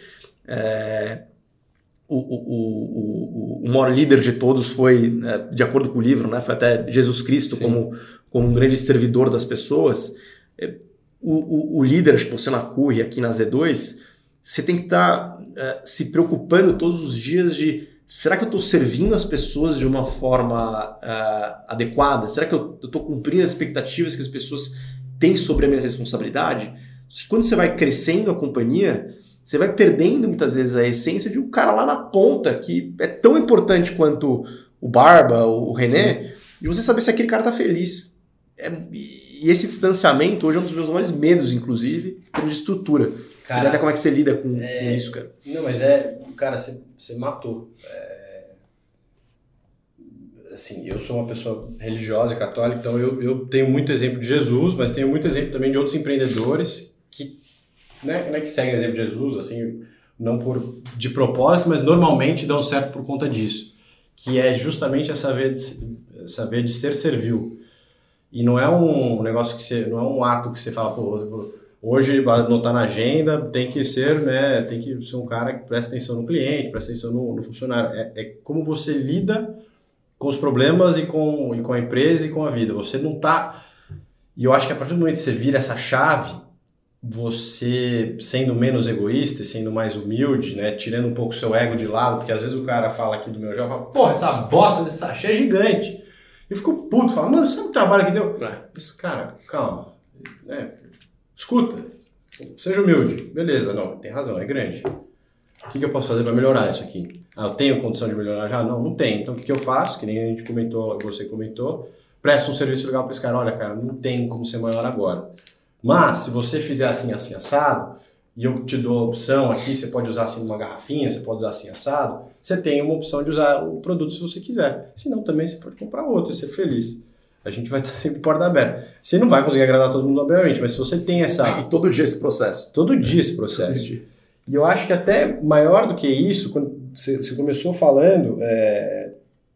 É, o, o, o, o maior líder de todos foi, de acordo com o livro, né? Foi até Jesus Cristo como, como um grande servidor das pessoas. O, o, o líder, acho que você na C U R, aqui na Z dois, você tem que estar tá, uh, se preocupando todos os dias de será que eu estou servindo as pessoas de uma forma uh, adequada? Será que eu estou cumprindo as expectativas que as pessoas têm sobre a minha responsabilidade? Quando você vai crescendo a companhia, você vai perdendo muitas vezes a essência de um cara lá na ponta, que é tão importante quanto o Barba, o René, Sim. e você saber se aquele cara está feliz. É, e esse distanciamento hoje é um dos meus maiores medos, inclusive, de estrutura. Cara, você vê até como é que você lida com, é... com isso, cara. Não, mas é... Cara, você, você matou. É... Assim, eu sou uma pessoa religiosa e católica, então eu, eu tenho muito exemplo de Jesus, mas tenho muito exemplo também de outros empreendedores que, né, não é que seguem o exemplo de Jesus, assim, não por, de propósito, mas normalmente dão certo por conta disso. Que é justamente essa veia de, essa veia de ser servil. E não é um negócio que você... Não é um ato que você fala, pô... Hoje não está na agenda, tem que ser, né, tem que ser um cara que presta atenção no cliente, presta atenção no, no funcionário. É, é como você lida com os problemas e com, e com a empresa e com a vida. Você não está... E eu acho que a partir do momento que você vira essa chave, você sendo menos egoísta e sendo mais humilde, né, tirando um pouco o seu ego de lado, porque às vezes o cara fala aqui do meu jogo, fala, porra, essa bosta desse sachê é gigante. Eu fico puto, falo, mano, sabe o trabalho que deu? Mas, cara, calma, né? Escuta, seja humilde. Beleza, não, tem razão, é grande. O que, que eu posso fazer para melhorar isso aqui? Ah, eu tenho condição de melhorar já? Não, não tenho. Então o que, que eu faço? Que nem a gente comentou, você comentou, presta um serviço legal para esse cara, olha, cara, não tem como ser maior agora. Mas, se você fizer assim, assim, assado, e eu te dou a opção aqui, você pode usar assim numa garrafinha, você pode usar assim assado, você tem uma opção de usar o produto se você quiser. Se não, também você pode comprar outro e ser feliz. A gente vai estar sempre porta aberta. Você não vai conseguir agradar todo mundo, obviamente, mas se você tem essa... E todo dia esse processo. Todo dia esse processo. Dia. E eu acho que até maior do que isso, quando você, você começou falando é,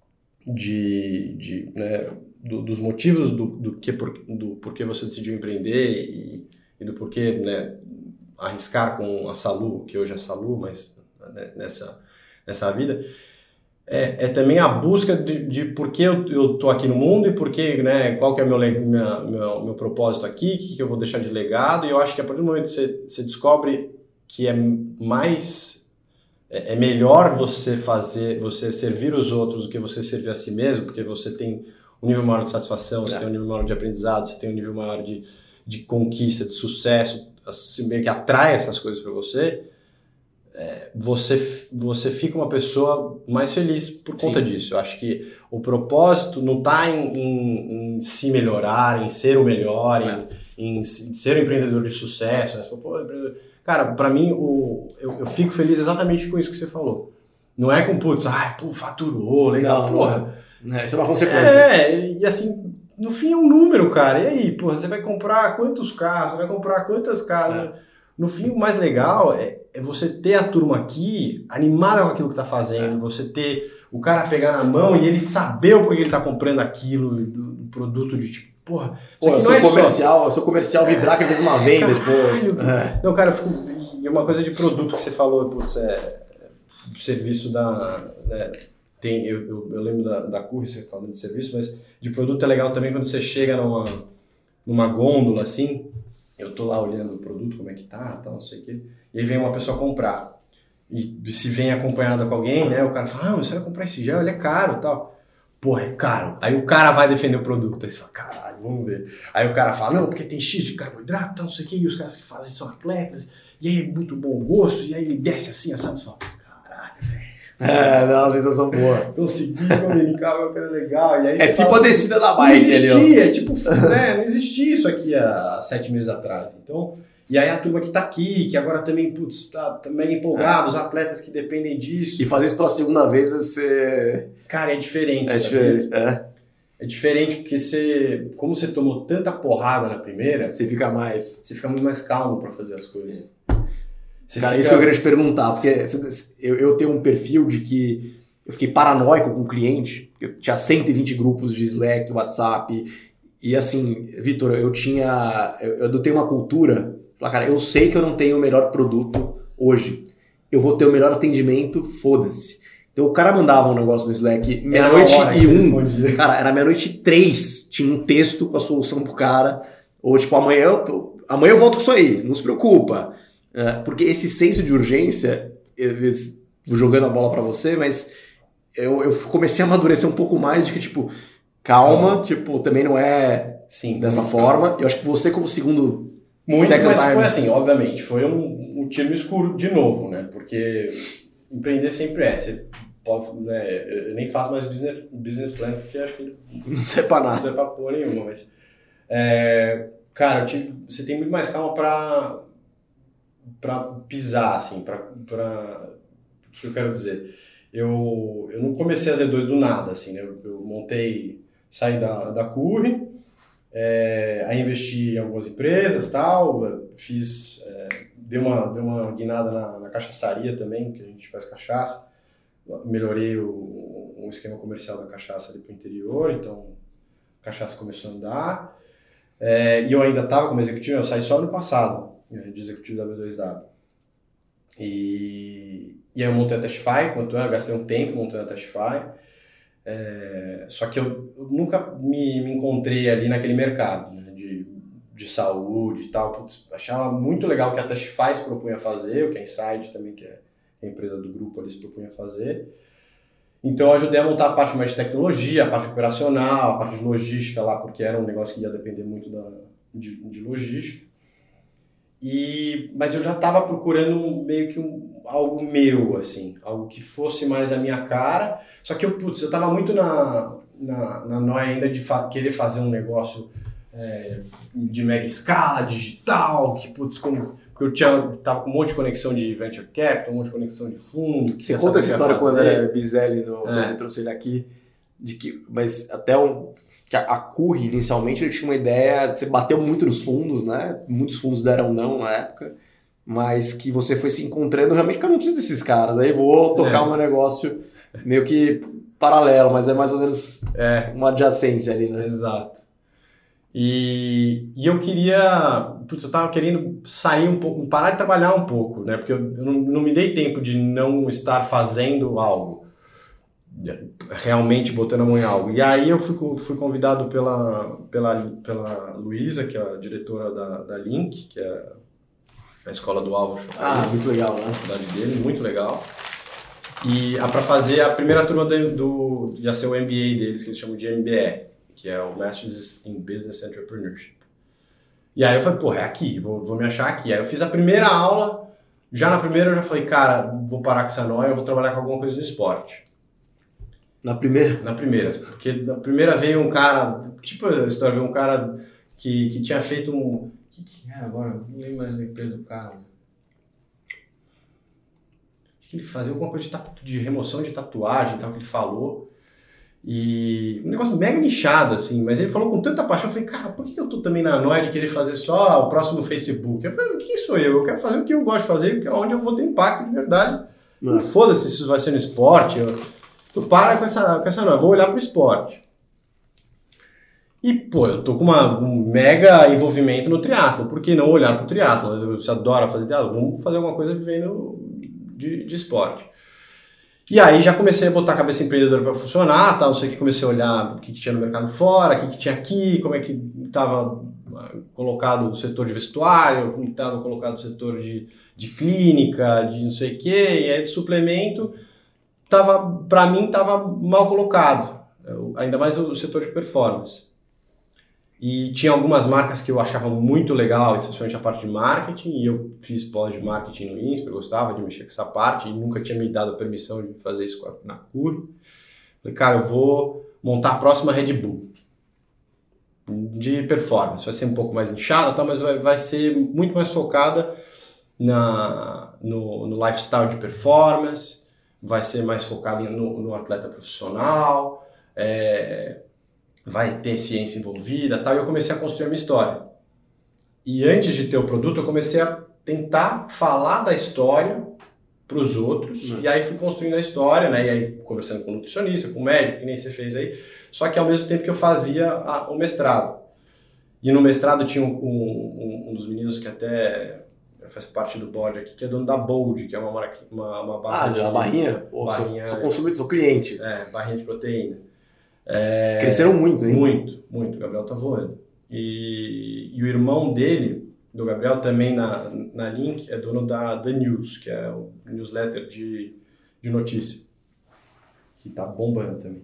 de, de, né, do, dos motivos do, do, que, por, do porquê você decidiu empreender e, e do porquê, né, arriscar com a Salu, que hoje é Salu, mas né, nessa, nessa vida, é, é também a busca de, de por que eu estou aqui no mundo e por que, né, qual que é o meu, minha, meu, meu propósito aqui, o que, que eu vou deixar de legado. E eu acho que a partir do momento que você, você descobre que é mais, é, é melhor você fazer, você servir os outros do que você servir a si mesmo, porque você tem um nível maior de satisfação, você é. tem um nível maior de aprendizado, você tem um nível maior de, de conquista, de sucesso, assim, meio que atrai essas coisas para você, é, você, você fica uma pessoa mais feliz por conta Sim. disso. Eu acho que o propósito não está em, em, em se melhorar, em ser o melhor, é. em, em ser um empreendedor de sucesso. Né? Pô, empreendedor... Cara, pra mim, o, eu, eu fico feliz exatamente com isso que você falou. Não é com, putz, ai, pô, faturou, legal, não, porra. Não é, isso é uma consequência. É, e assim, no fim é um número, cara. E aí, porra, você vai comprar quantos carros, você vai comprar quantas casas. É. No fim, o mais legal é, é você ter a turma aqui animada com aquilo que tá fazendo, é. você ter o cara pegar na mão e ele saber o porquê ele tá comprando aquilo, do, do produto de tipo, porra, Pô, eu sou é comercial, eu sou comercial vibrar que fez uma venda, caralho, tipo. É. Não, cara, eu fico, e uma coisa de produto que você falou, putz, é, serviço da. Né, tem, eu, eu, eu lembro da, da Curry, você falando de serviço, mas de produto é legal também quando você chega numa, numa gôndola assim, eu tô lá olhando o produto, como é que tá, tal, não sei o quê, e aí vem uma pessoa comprar. E se vem acompanhada com alguém, né, o cara fala, ah, você vai comprar esse gel, ele é caro e tal. Porra, é caro. Aí o cara vai defender o produto. Aí você fala, caralho, vamos ver. Aí o cara fala, não, porque tem X de carboidrato, não sei o que, e os caras que fazem são atletas, e aí é muito bom gosto, e aí ele desce assim, assado, você fala, caralho, velho. É, não, uma sensação boa. Consegui comunicar uma coisa legal. E aí é tipo fala, a descida da bike. Não existia, ali, tipo, né, não existia isso aqui há sete meses atrás. Então, e aí a turma que tá aqui, que agora também, putz, tá também empolgado, é. os atletas que dependem disso. E fazer isso pela segunda vez deve ser... Cara, é diferente. É sabia? diferente, é. É diferente porque você, como você tomou tanta porrada na primeira... Você fica mais... Você fica muito mais calmo pra fazer as coisas. Você Cara, fica... isso que eu queria te perguntar, porque eu, eu tenho um perfil de que eu fiquei paranoico com o cliente, eu tinha cento e vinte grupos de Slack, WhatsApp, e assim, Vitor, eu tinha... Eu adotei uma cultura... Falar, cara, eu sei que eu não tenho o melhor produto hoje. Eu vou ter o melhor atendimento, foda-se. Então o cara mandava um negócio no Slack, meia-noite e um. Cara, era meia-noite e três. Tinha um texto com a solução pro cara. Ou tipo, amanhã eu, amanhã eu volto com isso aí, não se preocupa. É, porque esse senso de urgência, eu, eu vou jogando a bola pra você, mas eu, eu comecei a amadurecer um pouco mais de que, tipo, calma, calma. tipo, também não é Sim, dessa forma. Calma. Eu acho que você como segundo... Muito, Second mas time. Foi assim, obviamente, foi um, um tiro no escuro de novo, né? Porque empreender sempre é. Você pode, né? Eu nem faço mais business, business plan, porque acho que não serve pra nada. Não serve pra porra nenhuma, mas... É, cara, eu tive, você tem muito mais calma pra, pra pisar, assim, pra, pra... O que eu quero dizer? Eu, eu não comecei a Z dois do nada, assim, né? Eu, eu montei, saí da, da Curry, É, aí investi em algumas empresas, tal, fiz, é, dei, uma, dei uma guinada na, na cachaçaria também, que a gente faz cachaça, melhorei o, o esquema comercial da cachaça ali para o interior, então a cachaça começou a andar, é, e eu ainda estava como executivo, eu saí só ano passado, de executivo da B dois W, e, e aí eu montei a Testify, quanto eu gastei um tempo montando a Testify. É, só que eu, eu nunca me, me encontrei ali naquele mercado, né, de, de saúde e tal. Putz, achava muito legal o que a Testify se propunha a fazer, o que a Inside também, que é a empresa do grupo ali, se propunha a fazer. Então eu ajudei a montar a parte mais de tecnologia, a parte operacional, a parte de logística lá, porque era um negócio que ia depender muito da, de, de logística. E, mas eu já estava procurando meio que um, algo meu, assim, algo que fosse mais a minha cara. Só que eu, putz, eu estava muito na, na, na noia ainda de fa- querer fazer um negócio é, de mega escala, digital, que putz, como... Porque eu tinha, tava com um monte de conexão de venture capital, um monte de conexão de fundo. Você conta essa história quando era Bizelli, no, é. você trouxe ele aqui, de que, mas até o, que a, a Curry, inicialmente, ele tinha uma ideia, você bateu muito nos fundos, né? Muitos fundos deram não na época, mas que você foi se encontrando, realmente, que eu não preciso desses caras, aí vou tocar é. um negócio meio que paralelo, mas é mais ou menos é. uma adjacência ali, né? Exato. E, e eu queria, putz, eu tava querendo sair um pouco, parar de trabalhar um pouco, né? Porque eu, eu não, não me dei tempo de não estar fazendo algo, realmente botando a mão em algo. E aí eu fui, fui convidado pela, pela, pela Luísa, que é a diretora da, da Link, que é a escola do Álvaro. Ah, muito legal, né? A faculdade dele, muito legal. E para fazer a primeira turma do, do, ia ser o M B A deles, que eles chamam de M B A. Que é o Masters in Business Entrepreneurship. E aí eu falei, porra, é aqui, vou, vou me achar aqui. Aí eu fiz a primeira aula, já na primeira eu já falei, cara, vou parar com essa noia, eu vou trabalhar com alguma coisa no esporte. Na primeira? Na primeira, porque na primeira veio um cara, tipo a história, veio um cara que, que tinha feito um... O que que é agora? Não lembro mais da empresa do cara. Acho que ele fazia alguma coisa de, tatu, de remoção de tatuagem e tal, que ele falou. E um negócio mega nichado, assim, mas ele falou com tanta paixão, eu falei, cara, por que eu tô também na noia de querer fazer só o próximo Facebook? Eu falei, quem sou eu? Eu quero fazer o que eu gosto de fazer, porque é onde eu vou ter impacto de verdade. Não foda-se se isso vai ser no esporte, eu, eu para com essa, com essa noia, eu vou olhar pro esporte. E, pô, eu tô com uma, um mega envolvimento no triatlo, por que não olhar pro triatlo? Você adora fazer triatlo, vamos fazer alguma coisa vivendo de, de esporte. E aí já comecei a botar a cabeça empreendedora para funcionar, tá? Não sei o que, comecei a olhar o que, que tinha no mercado fora, o que, que tinha aqui, como é que estava colocado o setor de vestuário, como estava colocado o setor de, de clínica, de não sei o que, e aí de suplemento, tava, para mim estava mal colocado, ainda mais o setor de performance. E tinha algumas marcas que eu achava muito legal, especialmente a parte de marketing, e eu fiz pós de marketing no INSPER, gostava de mexer com essa parte, e nunca tinha me dado a permissão de fazer isso na Curry. Falei, cara, eu vou montar a próxima Red Bull de performance. Vai ser um pouco mais nichada, tá, mas vai, vai ser muito mais focada na, no, no lifestyle de performance, vai ser mais focada no, no atleta profissional, é, vai ter ciência envolvida, tal, e eu comecei a construir a minha história. E antes de ter o produto, eu comecei a tentar falar da história para os outros, uhum. E aí fui construindo a história, né, e aí conversando com nutricionista, com médico, que nem você fez aí, só que ao mesmo tempo que eu fazia a, o mestrado. E no mestrado tinha um, um, um dos meninos que até faz parte do board aqui, que é dono da Bold, que é uma, uma, uma barra ah, de... Ah, barrinha? Pô, barrinha sou, sou consumidor, sou cliente. É, barrinha de proteína. É, cresceram muito, hein? Muito, muito. O Gabriel tá voando. E, e o irmão dele, do Gabriel, também na, na Link, é dono da The News, que é o newsletter de, de notícia, que tá bombando também.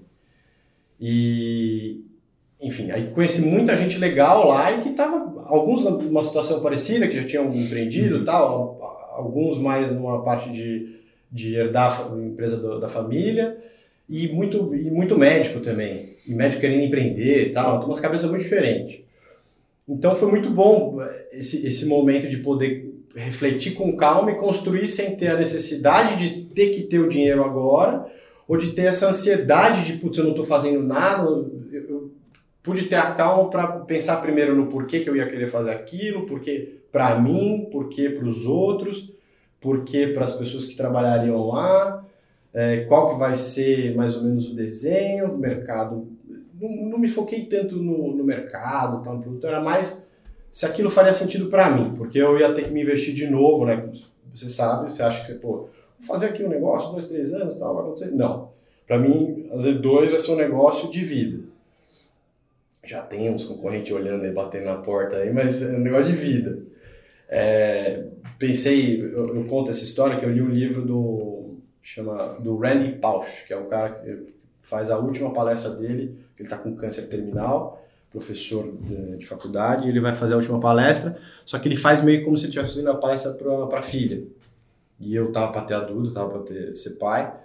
E, enfim, aí conheci muita gente legal lá e que tava, alguns numa situação parecida, que já tinham empreendido e tal, alguns mais numa parte de, de herdar a empresa do, da família, e muito, e muito médico também, e médico querendo empreender e tal, tem umas cabeças muito diferentes. Então foi muito bom esse, esse momento de poder refletir com calma e construir sem ter a necessidade de ter que ter o dinheiro agora, ou de ter essa ansiedade de, putz, eu não estou fazendo nada. Eu, eu pude ter a calma para pensar primeiro no porquê que eu ia querer fazer aquilo, porquê para mim, porquê para os outros, porquê para as pessoas que trabalhariam lá, é, qual que vai ser mais ou menos o desenho do mercado. Não, não me foquei tanto no, no mercado, tá, no produto, era mais se aquilo faria sentido para mim, porque eu ia ter que me investir de novo, né? Você sabe, você acha que você, pô, vou fazer aqui um negócio, dois, três anos, tal, vai acontecer. Não. Para mim, a Z dois vai ser um negócio de vida. Já tem uns concorrentes olhando e batendo na porta aí, mas é um negócio de vida. É, pensei, eu, eu conto essa história que eu li um livro do, chama, do Randy Pausch, que é um cara que faz a última palestra dele, ele está com câncer terminal, professor de, de faculdade, e ele vai fazer a última palestra, só que ele faz meio como se ele estivesse fazendo a palestra para a filha. E eu tava para ter adulto, tava para ter ser pai,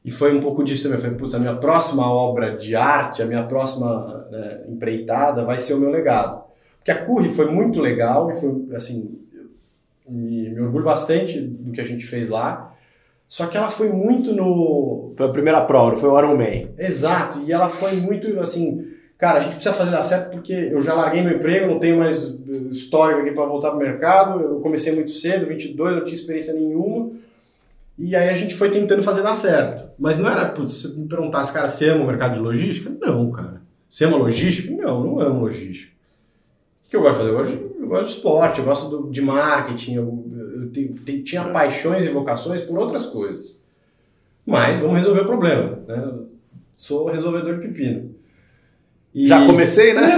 E foi um pouco disso também. Eu falei, putz, a minha próxima obra de arte, a minha próxima, né, empreitada vai ser o meu legado. Porque a Curry foi muito legal e foi, assim, me, me orgulho bastante do que a gente fez lá. Só que ela foi muito no... Foi a primeira prova, foi o Iron Man. Exato. E ela foi muito, assim... Cara, a gente precisa fazer dar certo porque eu já larguei meu emprego, não tenho mais histórico aqui para voltar pro mercado. Eu comecei muito cedo, vinte e dois, não tinha experiência nenhuma. E aí a gente foi tentando fazer dar certo. Mas não era, putz, se me perguntasse, cara, você ama o mercado de logística? Não, cara. Você ama logística? Não, não amo logística. O que eu gosto de fazer? Eu gosto, eu gosto de esporte, eu gosto do, de marketing, eu, eu, eu, tenho, eu tinha paixões e vocações por outras coisas. Mas vamos resolver o problema, né? Sou resolvedor de pepino. E... Já comecei, né?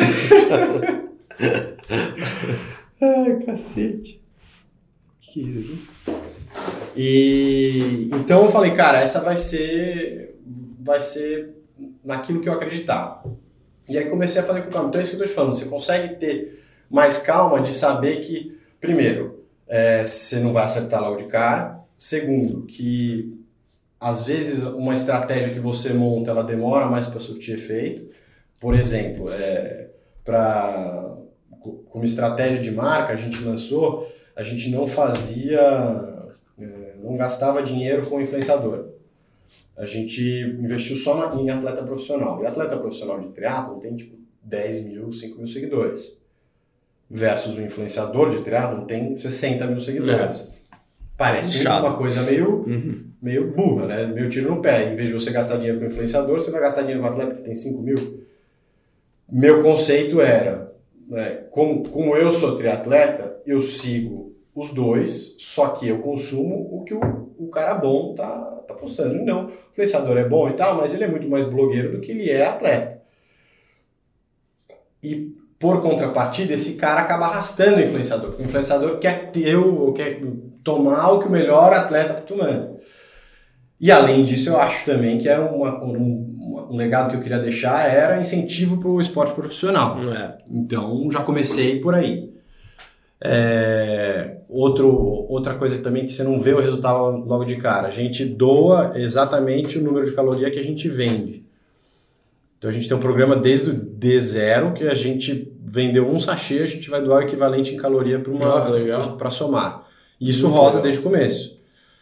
Ai, cacete. O que é isso aqui? E então eu falei, cara, essa vai ser vai ser naquilo que eu acreditava. E aí comecei a fazer com calma. Então é isso que eu estou te falando, você consegue ter mais calma de saber que, primeiro, é, você não vai acertar logo de cara. Segundo, que às vezes uma estratégia que você monta, ela demora mais para surtir efeito. Por exemplo, é, pra, como estratégia de marca, a gente lançou, a gente não fazia, é, não gastava dinheiro com influenciador. A gente investiu só na, em atleta profissional. E atleta profissional de triatlon tem tipo dez mil, cinco mil seguidores. Versus o influenciador de triatlon tem sessenta mil seguidores. É. Parece Chato. Uma coisa meio, uhum. meio burra, né? Meio tiro no pé. Em vez de você gastar dinheiro com influenciador, você vai gastar dinheiro com atleta que tem cinco mil. Meu conceito era, né, como, como eu sou triatleta, eu sigo os dois, só que eu consumo o que o, o cara bom tá, tá postando. Não, o influenciador é bom e tal, mas ele é muito mais blogueiro do que ele é atleta. E, por contrapartida, esse cara acaba arrastando o influenciador, porque o influenciador quer ter, o, quer tomar o que o melhor atleta tá tomando. E, além disso, eu acho também que era uma... Um, um legado que eu queria deixar era incentivo para o esporte profissional. É. Então, já comecei por aí. É, outro, outra coisa também que você não vê o resultado logo de cara. A gente doa exatamente o número de caloria que a gente vende. Então, a gente tem um programa desde o D zero, que a gente vendeu um sachê, a gente vai doar o equivalente em caloria para somar. E isso Muito roda legal. Desde o começo.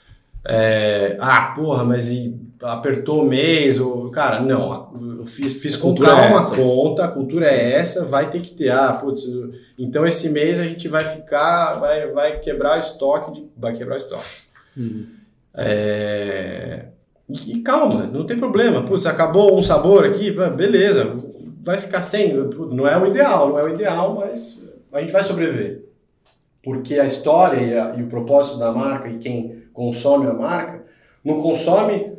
É, ah, porra, mas e apertou o mês, ou, cara, não, eu fiz, fiz com calma a conta, a cultura é essa, vai ter que ter, ah, putz, então esse mês a gente vai ficar, vai, vai quebrar estoque, de, vai quebrar estoque. Uhum. É, e, e calma, não tem problema, putz, acabou um sabor aqui, beleza, vai ficar sem, não é o ideal, não é o ideal, mas a gente vai sobreviver. Porque a história e, a, e o propósito da marca e quem consome a marca, não consome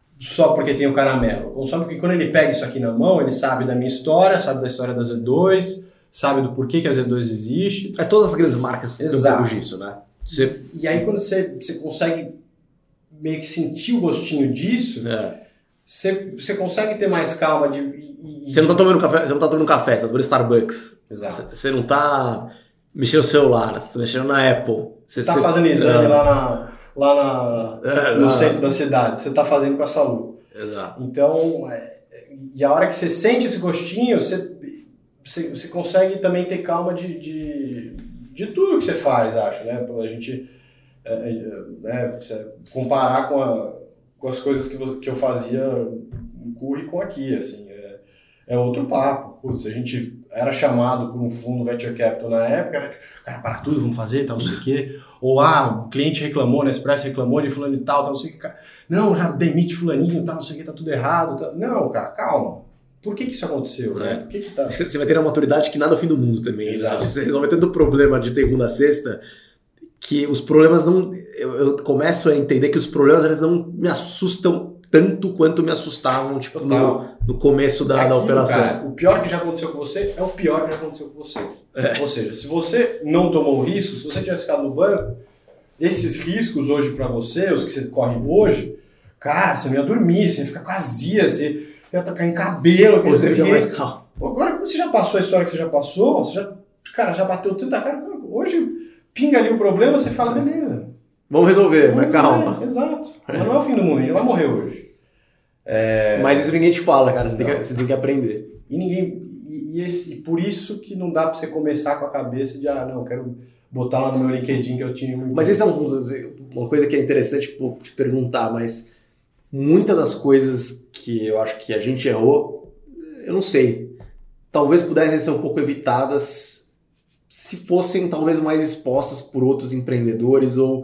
só porque tem o caramelo. Consome porque quando ele pega isso aqui na mão, ele sabe da minha história, sabe da história da Z dois, sabe do porquê que a Z dois existe. É todas as grandes marcas do isso, né? Você... E aí quando você, você consegue meio que sentir o gostinho disso, é. você, você consegue ter mais calma de... E, e... Você não tá tomando café, você não tá tomando café, você tá tomando Starbucks. Exato. Você não tá mexendo no celular, você tá mexendo na Apple. Você tá você... fazendo exame é. lá na... lá na, é, no não. centro da cidade, você está fazendo com a Salu. Exato. Então, é, e a hora que você sente esse gostinho, você, você, você consegue também ter calma de, de, de tudo que você faz, acho, né? A gente é, é, comparar com, a, com as coisas que, que eu fazia no Curry com aqui, assim, é, é outro papo. Putz, a gente era chamado por um fundo Venture Capital na época, era, cara, para tudo, vamos fazer, tal, não sei o quê. Ou, ah, o cliente reclamou, na Expresso reclamou de fulano e tal, tal, não sei o que. Não, já demite fulaninho, tal, não sei o que, tá tudo errado. Tal. Não, cara, calma. Por que que isso aconteceu? É. Né? Por que que tá... Você vai ter uma maturidade que nada é o fim do mundo também. Exato. Né? Você resolve tanto problema de segunda a sexta que os problemas não... Eu, eu começo a entender que os problemas eles não me assustam tanto quanto me assustavam tipo, no, no começo da, é aquilo, da operação. Cara, o pior que já aconteceu com você é o pior que já aconteceu com você. É. Ou seja, se você não tomou o risco, se você tivesse ficado no banco, esses riscos hoje para você, os que você corre hoje, cara, você não ia dormir, você ia ficar com azia, você ia tocar em cabelo. Você ia mais calmo. Agora, como você já passou a história que você já passou, você já, cara, já bateu tanta cara, hoje pinga ali o problema, você fala, beleza. Vamos resolver, mas calma. É, exato. Mas não é o fim do mundo, a gente não vai morrer hoje. É... Mas isso ninguém te fala, cara. Você tem, que, você tem que aprender. E ninguém. E, e, esse, e por isso que não dá pra você começar com a cabeça de, ah, não, eu quero botar lá no meu LinkedIn que eu tinha muito. Mas isso é um, uma coisa que é interessante tipo, te perguntar, mas muitas das coisas que eu acho que a gente errou, eu não sei. Talvez pudessem ser um pouco evitadas se fossem talvez mais expostas por outros empreendedores ou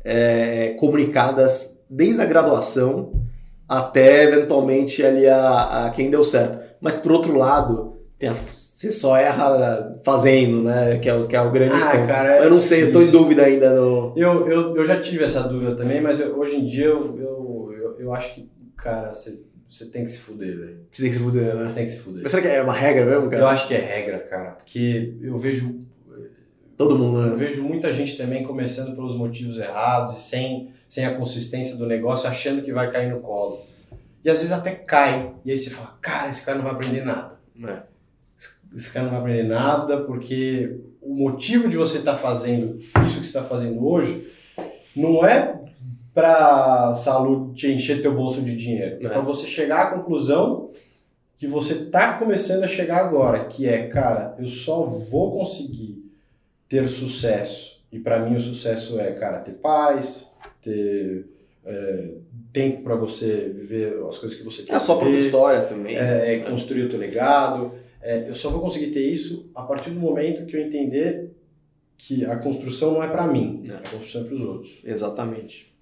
é, comunicadas desde a graduação até eventualmente ali a, a quem deu certo. Mas por outro lado, tem a, você só erra fazendo, né? Que é, o, que é o grande ah, ponto. Cara, é eu não sei, eu tô em dúvida ainda. No... Eu, eu, eu já tive essa dúvida também, mas eu, hoje em dia eu, eu, eu, eu acho que, cara, você, você tem que se fuder, velho. Você tem que se fuder, né? Você tem que se fuder. Mas será que é uma regra mesmo, cara? Eu acho que é regra, cara, porque eu vejo... Todo mundo, né? Eu vejo muita gente também começando pelos motivos errados e sem, sem a consistência do negócio, achando que vai cair no colo. E às vezes até cai. E aí você fala, cara, esse cara não vai aprender nada. É. Esse cara não vai aprender nada porque o motivo de você estar tá fazendo isso que você está fazendo hoje não é para saúde te encher teu bolso de dinheiro. É, é para você chegar à conclusão que você está começando a chegar agora, que é, cara, eu só vou conseguir ter sucesso. E para mim o sucesso é, cara, ter paz, ter é, tempo para você viver as coisas que você quer. É a sua própria história também. É, é construir o teu legado. É, eu só vou conseguir ter isso a partir do momento que eu entender que a construção não é para mim, é. A construção é para os outros. Exatamente.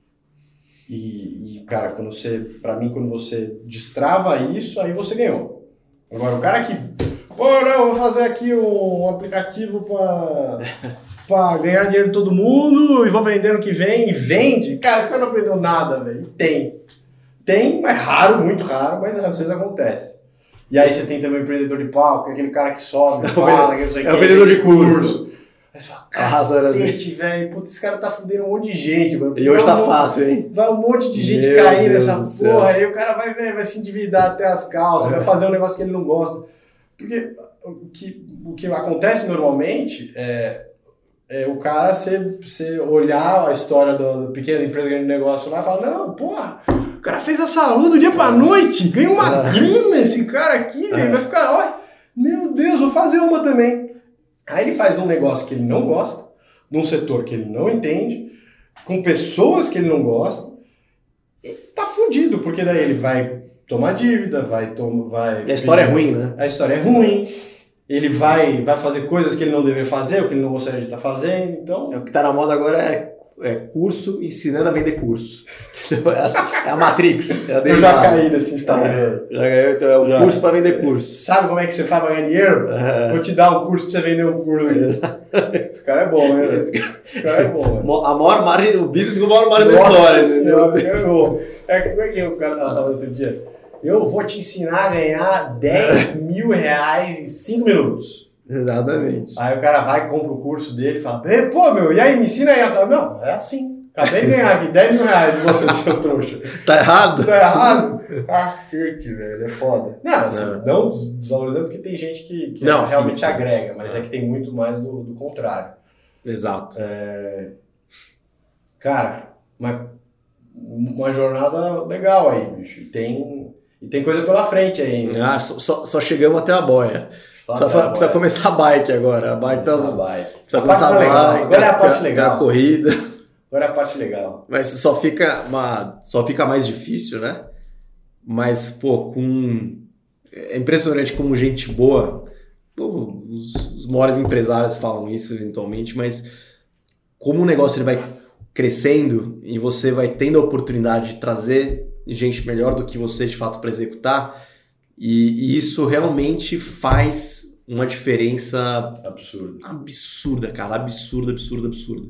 E, e, cara, quando você, para mim, quando você destrava isso, aí você ganhou. Agora, o cara que, pô, não, vou fazer aqui um aplicativo para para ganhar dinheiro de todo mundo e vou vender no que vem e vende, cara, esse cara não aprendeu nada, velho. Tem. Tem, mas raro, muito raro, mas às vezes acontece. E aí você tem também o empreendedor de palco, aquele cara que sobe, fala, que não sei o que. É o vendedor de curso. Aí você fala, cacete, velho, puta, esse cara tá fudendo um monte de gente, mano. E hoje tá fácil, hein? Vai um monte de gente Meu cair Deus nessa porra, aí o cara vai, vai, vai se endividar até as calças, é. vai fazer um negócio que ele não gosta. Porque o que, o que acontece normalmente é, é o cara você, você olhar a história do, do pequeno empresa, grande negócio lá e falar, não, porra, o cara fez a saúde do dia pra noite, ganhou uma é. grana esse cara aqui, é. vai ficar, ó, meu Deus, vou fazer uma também. Aí ele faz um negócio que ele não gosta, num setor que ele não entende, com pessoas que ele não gosta, e tá fudido, porque daí ele vai tomar dívida, vai... Tom, vai a história pedir, é ruim, né? A história é ruim, ele vai, vai fazer coisas que ele não deveria fazer, o que ele não gostaria de estar fazendo, então... É, o que tá na moda agora é, é curso ensinando a vender curso. É a Matrix. É a eu já caí nesse Instagram. É, já caiu, então é o já. curso para vender curso. Sabe como é que você faz para ganhar dinheiro? É. Vou te dar um curso para você vender um curso. Esse cara é bom, né? Esse cara é bom, né? A maior margem do business com a maior margem da história. Senhora, esse cara é bom. É, como é que o cara tava falando outro dia? Eu vou te ensinar a ganhar dez mil reais em cinco minutos. Exatamente. Aí o cara vai, compra o curso dele e fala, pô, meu, e aí, me ensina aí. Eu falo, não, é assim. Acabei de ganhar aqui dez mil reais de você, seu trouxa. Tá errado? Tá errado? Cacete, velho, é foda. Não, assim, não, não desvalorizando porque tem gente que, que não, realmente sim, sim. agrega, mas é. é que tem muito mais do, do contrário. Exato. É... Cara, uma, uma jornada legal aí, bicho. E tem, e tem coisa pela frente aí. Né? Ah, só, só chegamos até a boia. Só precisa, a precisa boia. começar a bike agora. A bike tá... a bike. Precisa a começar a bike. Agora é a parte legal. A corrida. Agora é a parte legal. Mas só fica, uma, só fica mais difícil, né? Mas, pô, com... É impressionante como gente boa... Pô, os, os maiores empresários falam isso eventualmente, mas como o negócio ele vai crescendo e você vai tendo a oportunidade de trazer gente melhor do que você de fato para executar, e, e isso realmente faz uma diferença... Absurda. Absurda, cara. Absurda, absurda, absurda.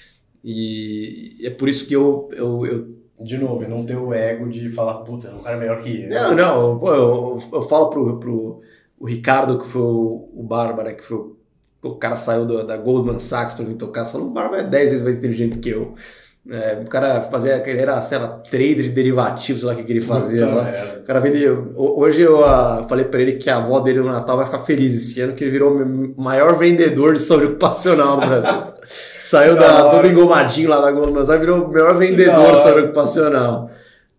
E é por isso que eu, eu, eu... De novo, não ter o ego de falar, puta, um cara é melhor que eu. Não, não, pô, eu, eu falo pro, pro o Ricardo, que foi o, o Bárbara, que foi o, o cara saiu do, da Goldman Sachs pra vir tocar, falou, o Bárbara é dez vezes mais inteligente que eu. É, o cara fazia, ele era, sei lá, trader de derivativos, sei lá o que, que ele fazia. Lá. O cara vendia. Hoje eu uh, falei pra ele que a avó dele no Natal vai ficar feliz esse ano, que ele virou o maior vendedor de saúde ocupacional no Brasil. Saiu da, todo engomadinho lá da Goldman Sachs, virou o maior vendedor de saúde ocupacional.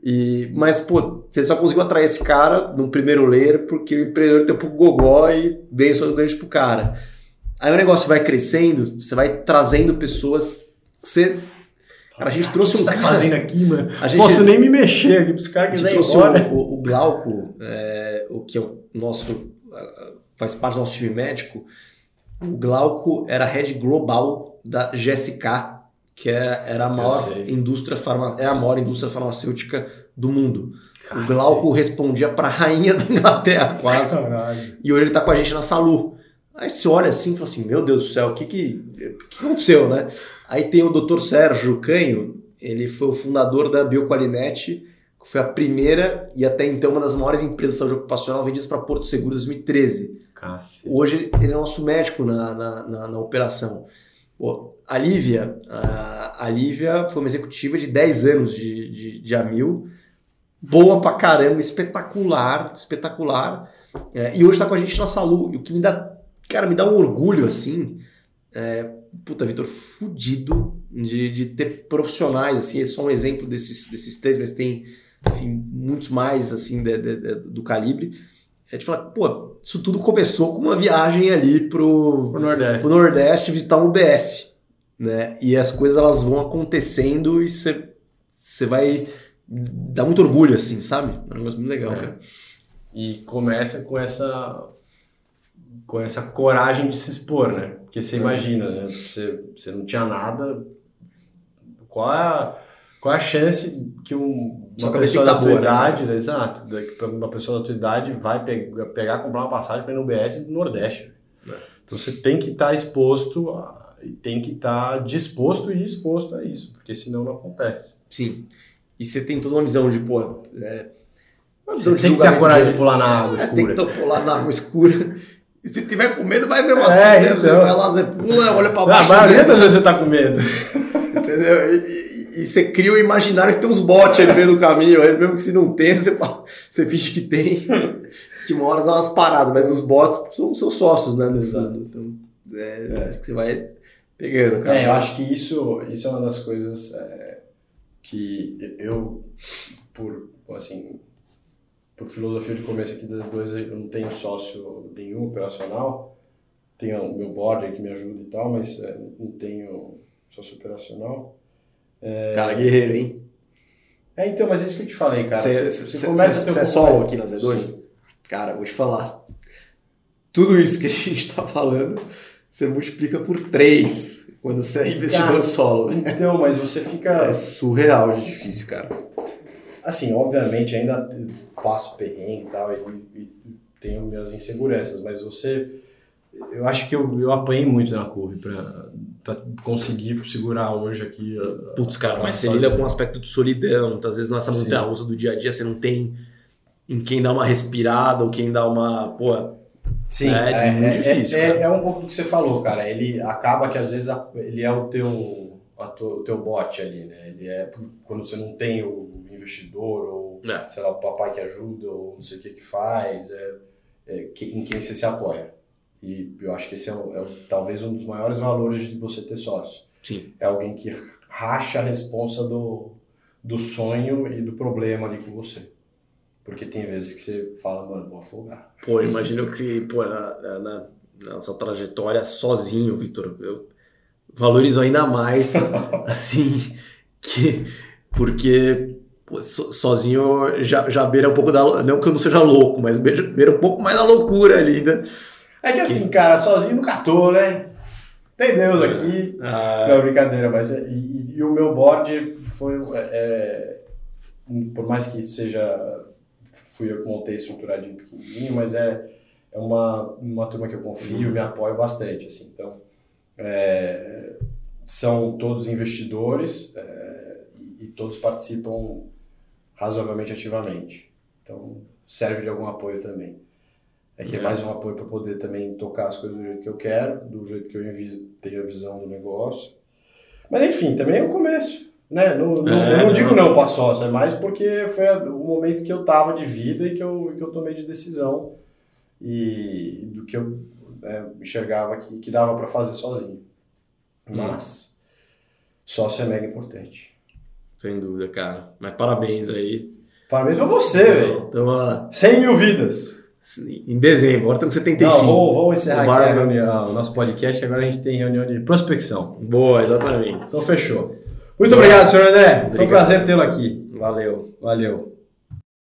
E, mas, pô, você só conseguiu atrair esse cara no primeiro layer porque o empreendedor tem um pouco gogó e vem só do grande pro cara. Aí o negócio vai crescendo, você vai trazendo pessoas. Você... Cara, a gente trouxe o que um você tá cara... fazendo aqui, mano? A gente... Posso nem me mexer aqui, pros caras quiserem ir embora. O, o Glauco, é, o que é o nosso... faz parte do nosso time médico. O Glauco era head global da G S K, que é, era a maior indústria farma, é a maior indústria farmacêutica do mundo. Cacete. O Glauco respondia para a rainha da Inglaterra, quase. Caralho. E hoje ele está com a gente na Salu. Aí você olha assim e fala assim, meu Deus do céu, o que, que, que aconteceu, né? Aí tem o doutor Sérgio Canho, ele foi o fundador da Bioqualinet, que foi a primeira e até então uma das maiores empresas de saúde ocupacional vendidas para Porto Seguro em dois mil e treze. Cacete. Hoje ele é nosso médico na, na, na, na operação. Pô, a Lívia, a, a Lívia foi uma executiva de dez anos de, de, de Amil, boa pra caramba, espetacular, espetacular, é, e hoje tá com a gente na Salu, e o que me dá, cara, me dá um orgulho, assim, é, puta, Vitor, fudido de, de ter profissionais, assim, é só um exemplo desses, desses três, mas tem, enfim, muitos mais, assim, de, de, de, do calibre. É de falar, pô, isso tudo começou com uma viagem ali pro, pro Nordeste. pro Nordeste visitar um U B S, né? E as coisas elas vão acontecendo e você vai dar muito orgulho, assim, sabe? É um negócio muito legal, é. Cara. E começa com essa com essa coragem de se expor, né? Porque você é. imagina, né? Você, você não tinha nada, qual é a, qual é a chance que um uma pessoa da tua idade, né? Exato, uma pessoa da tua idade vai pegar, pegar comprar uma passagem para ir no U B S do Nordeste. É. Então você tem que estar tá exposto, a, tem que estar tá disposto e exposto a isso, porque senão não acontece. Sim. E você tem toda uma visão de, pô, é, uma visão você de tem que ter a coragem de, de pular na água é, escura. Tem que pular na água escura. E se tiver com medo, vai mesmo assim, é, né? Então. Você vai lá, você pula, olha pra baixo. A maioria das vezes você tá com medo. Entendeu? E, E você cria o imaginário que tem uns bots ali no meio do caminho, aí mesmo que se não tem, você, fala, você finge que tem, que uma hora dá umas paradas, mas os bots são seus sócios, né? Então, é, é. Acho que você vai pegando, cara. É, eu acho que isso, isso é uma das coisas é, que eu, por, assim, por filosofia de começo aqui das dois, eu não tenho sócio nenhum operacional, tenho o meu board aí que me ajuda e tal, mas é, não tenho sócio operacional. É... Cara, guerreiro, hein? É, então, mas isso que eu te falei, cara. Você, você, você começa cê, a ter um é solo aqui na Z dois? Sim. Cara, vou te falar. Tudo isso que a gente tá falando, você multiplica por três quando você é investidor cara, solo. Então, mas você fica... É surreal de difícil, cara. Assim, obviamente, ainda passo perrengue e tal, e, e tenho minhas inseguranças, mas você... Eu acho que eu, eu apanhei muito na curva pra... pra conseguir segurar hoje aqui. Putz, cara, mas você lida com um aspecto de solidão. Muitas vezes nessa montanha-russa do dia a dia você não tem em quem dar uma respirada ou quem dar uma... Pô, sim, é, é muito é, difícil. É, é um pouco do que você falou, cara. Ele acaba que às vezes ele é o teu, a tua, o teu bot ali, né? Ele é quando você não tem o investidor ou, é. sei lá, o papai que ajuda ou não sei o que que faz, é, é, que, em quem você se apoia. E eu acho que esse é, o, é o, talvez um dos maiores valores de você ter sócio. Sim. É alguém que racha a responsa do, do sonho e do problema ali com você. Porque tem vezes que você fala, mano, vou afogar. Pô, imagina que pô, na, na, na sua trajetória sozinho, Vitor, eu valorizo ainda mais, assim, que, porque pô, so, sozinho já, já beira um pouco da... Não que eu não seja louco, mas beira, beira um pouco mais da loucura ali, né? É que assim, cara, sozinho nunca tô, né? Tem Deus aqui. Ah. Não, brincadeira, mas... E, e, e o meu board foi... É, por mais que seja... Fui eu que montei estruturadinho pequenininho, mas é, é uma, uma turma que eu confio, me apoio bastante, assim. Então, é, são todos investidores é, e, e todos participam razoavelmente ativamente. Então, serve de algum apoio também. É que é mais um apoio para poder também tocar as coisas do jeito que eu quero, do jeito que eu enviso, tenho a visão do negócio. Mas enfim, também é o começo, né? No, no, é, eu não, não digo não para sócio, é mais porque foi o momento que eu tava de vida e que eu, que eu tomei de decisão e do que eu é, enxergava que, que dava para fazer sozinho. Mas sócio é mega importante. Sem dúvida, cara. Mas parabéns aí. Parabéns pra você, velho. Então, cem mil vidas. Em dezembro, agora estamos com setenta e cinco. Não, vamos, vamos encerrar aqui a reunião, o nosso podcast, agora a gente tem reunião de prospecção. Boa, exatamente. Então fechou. Muito Boa. obrigado, senhor André. Obrigado. Foi um prazer tê-lo aqui. Valeu. Valeu.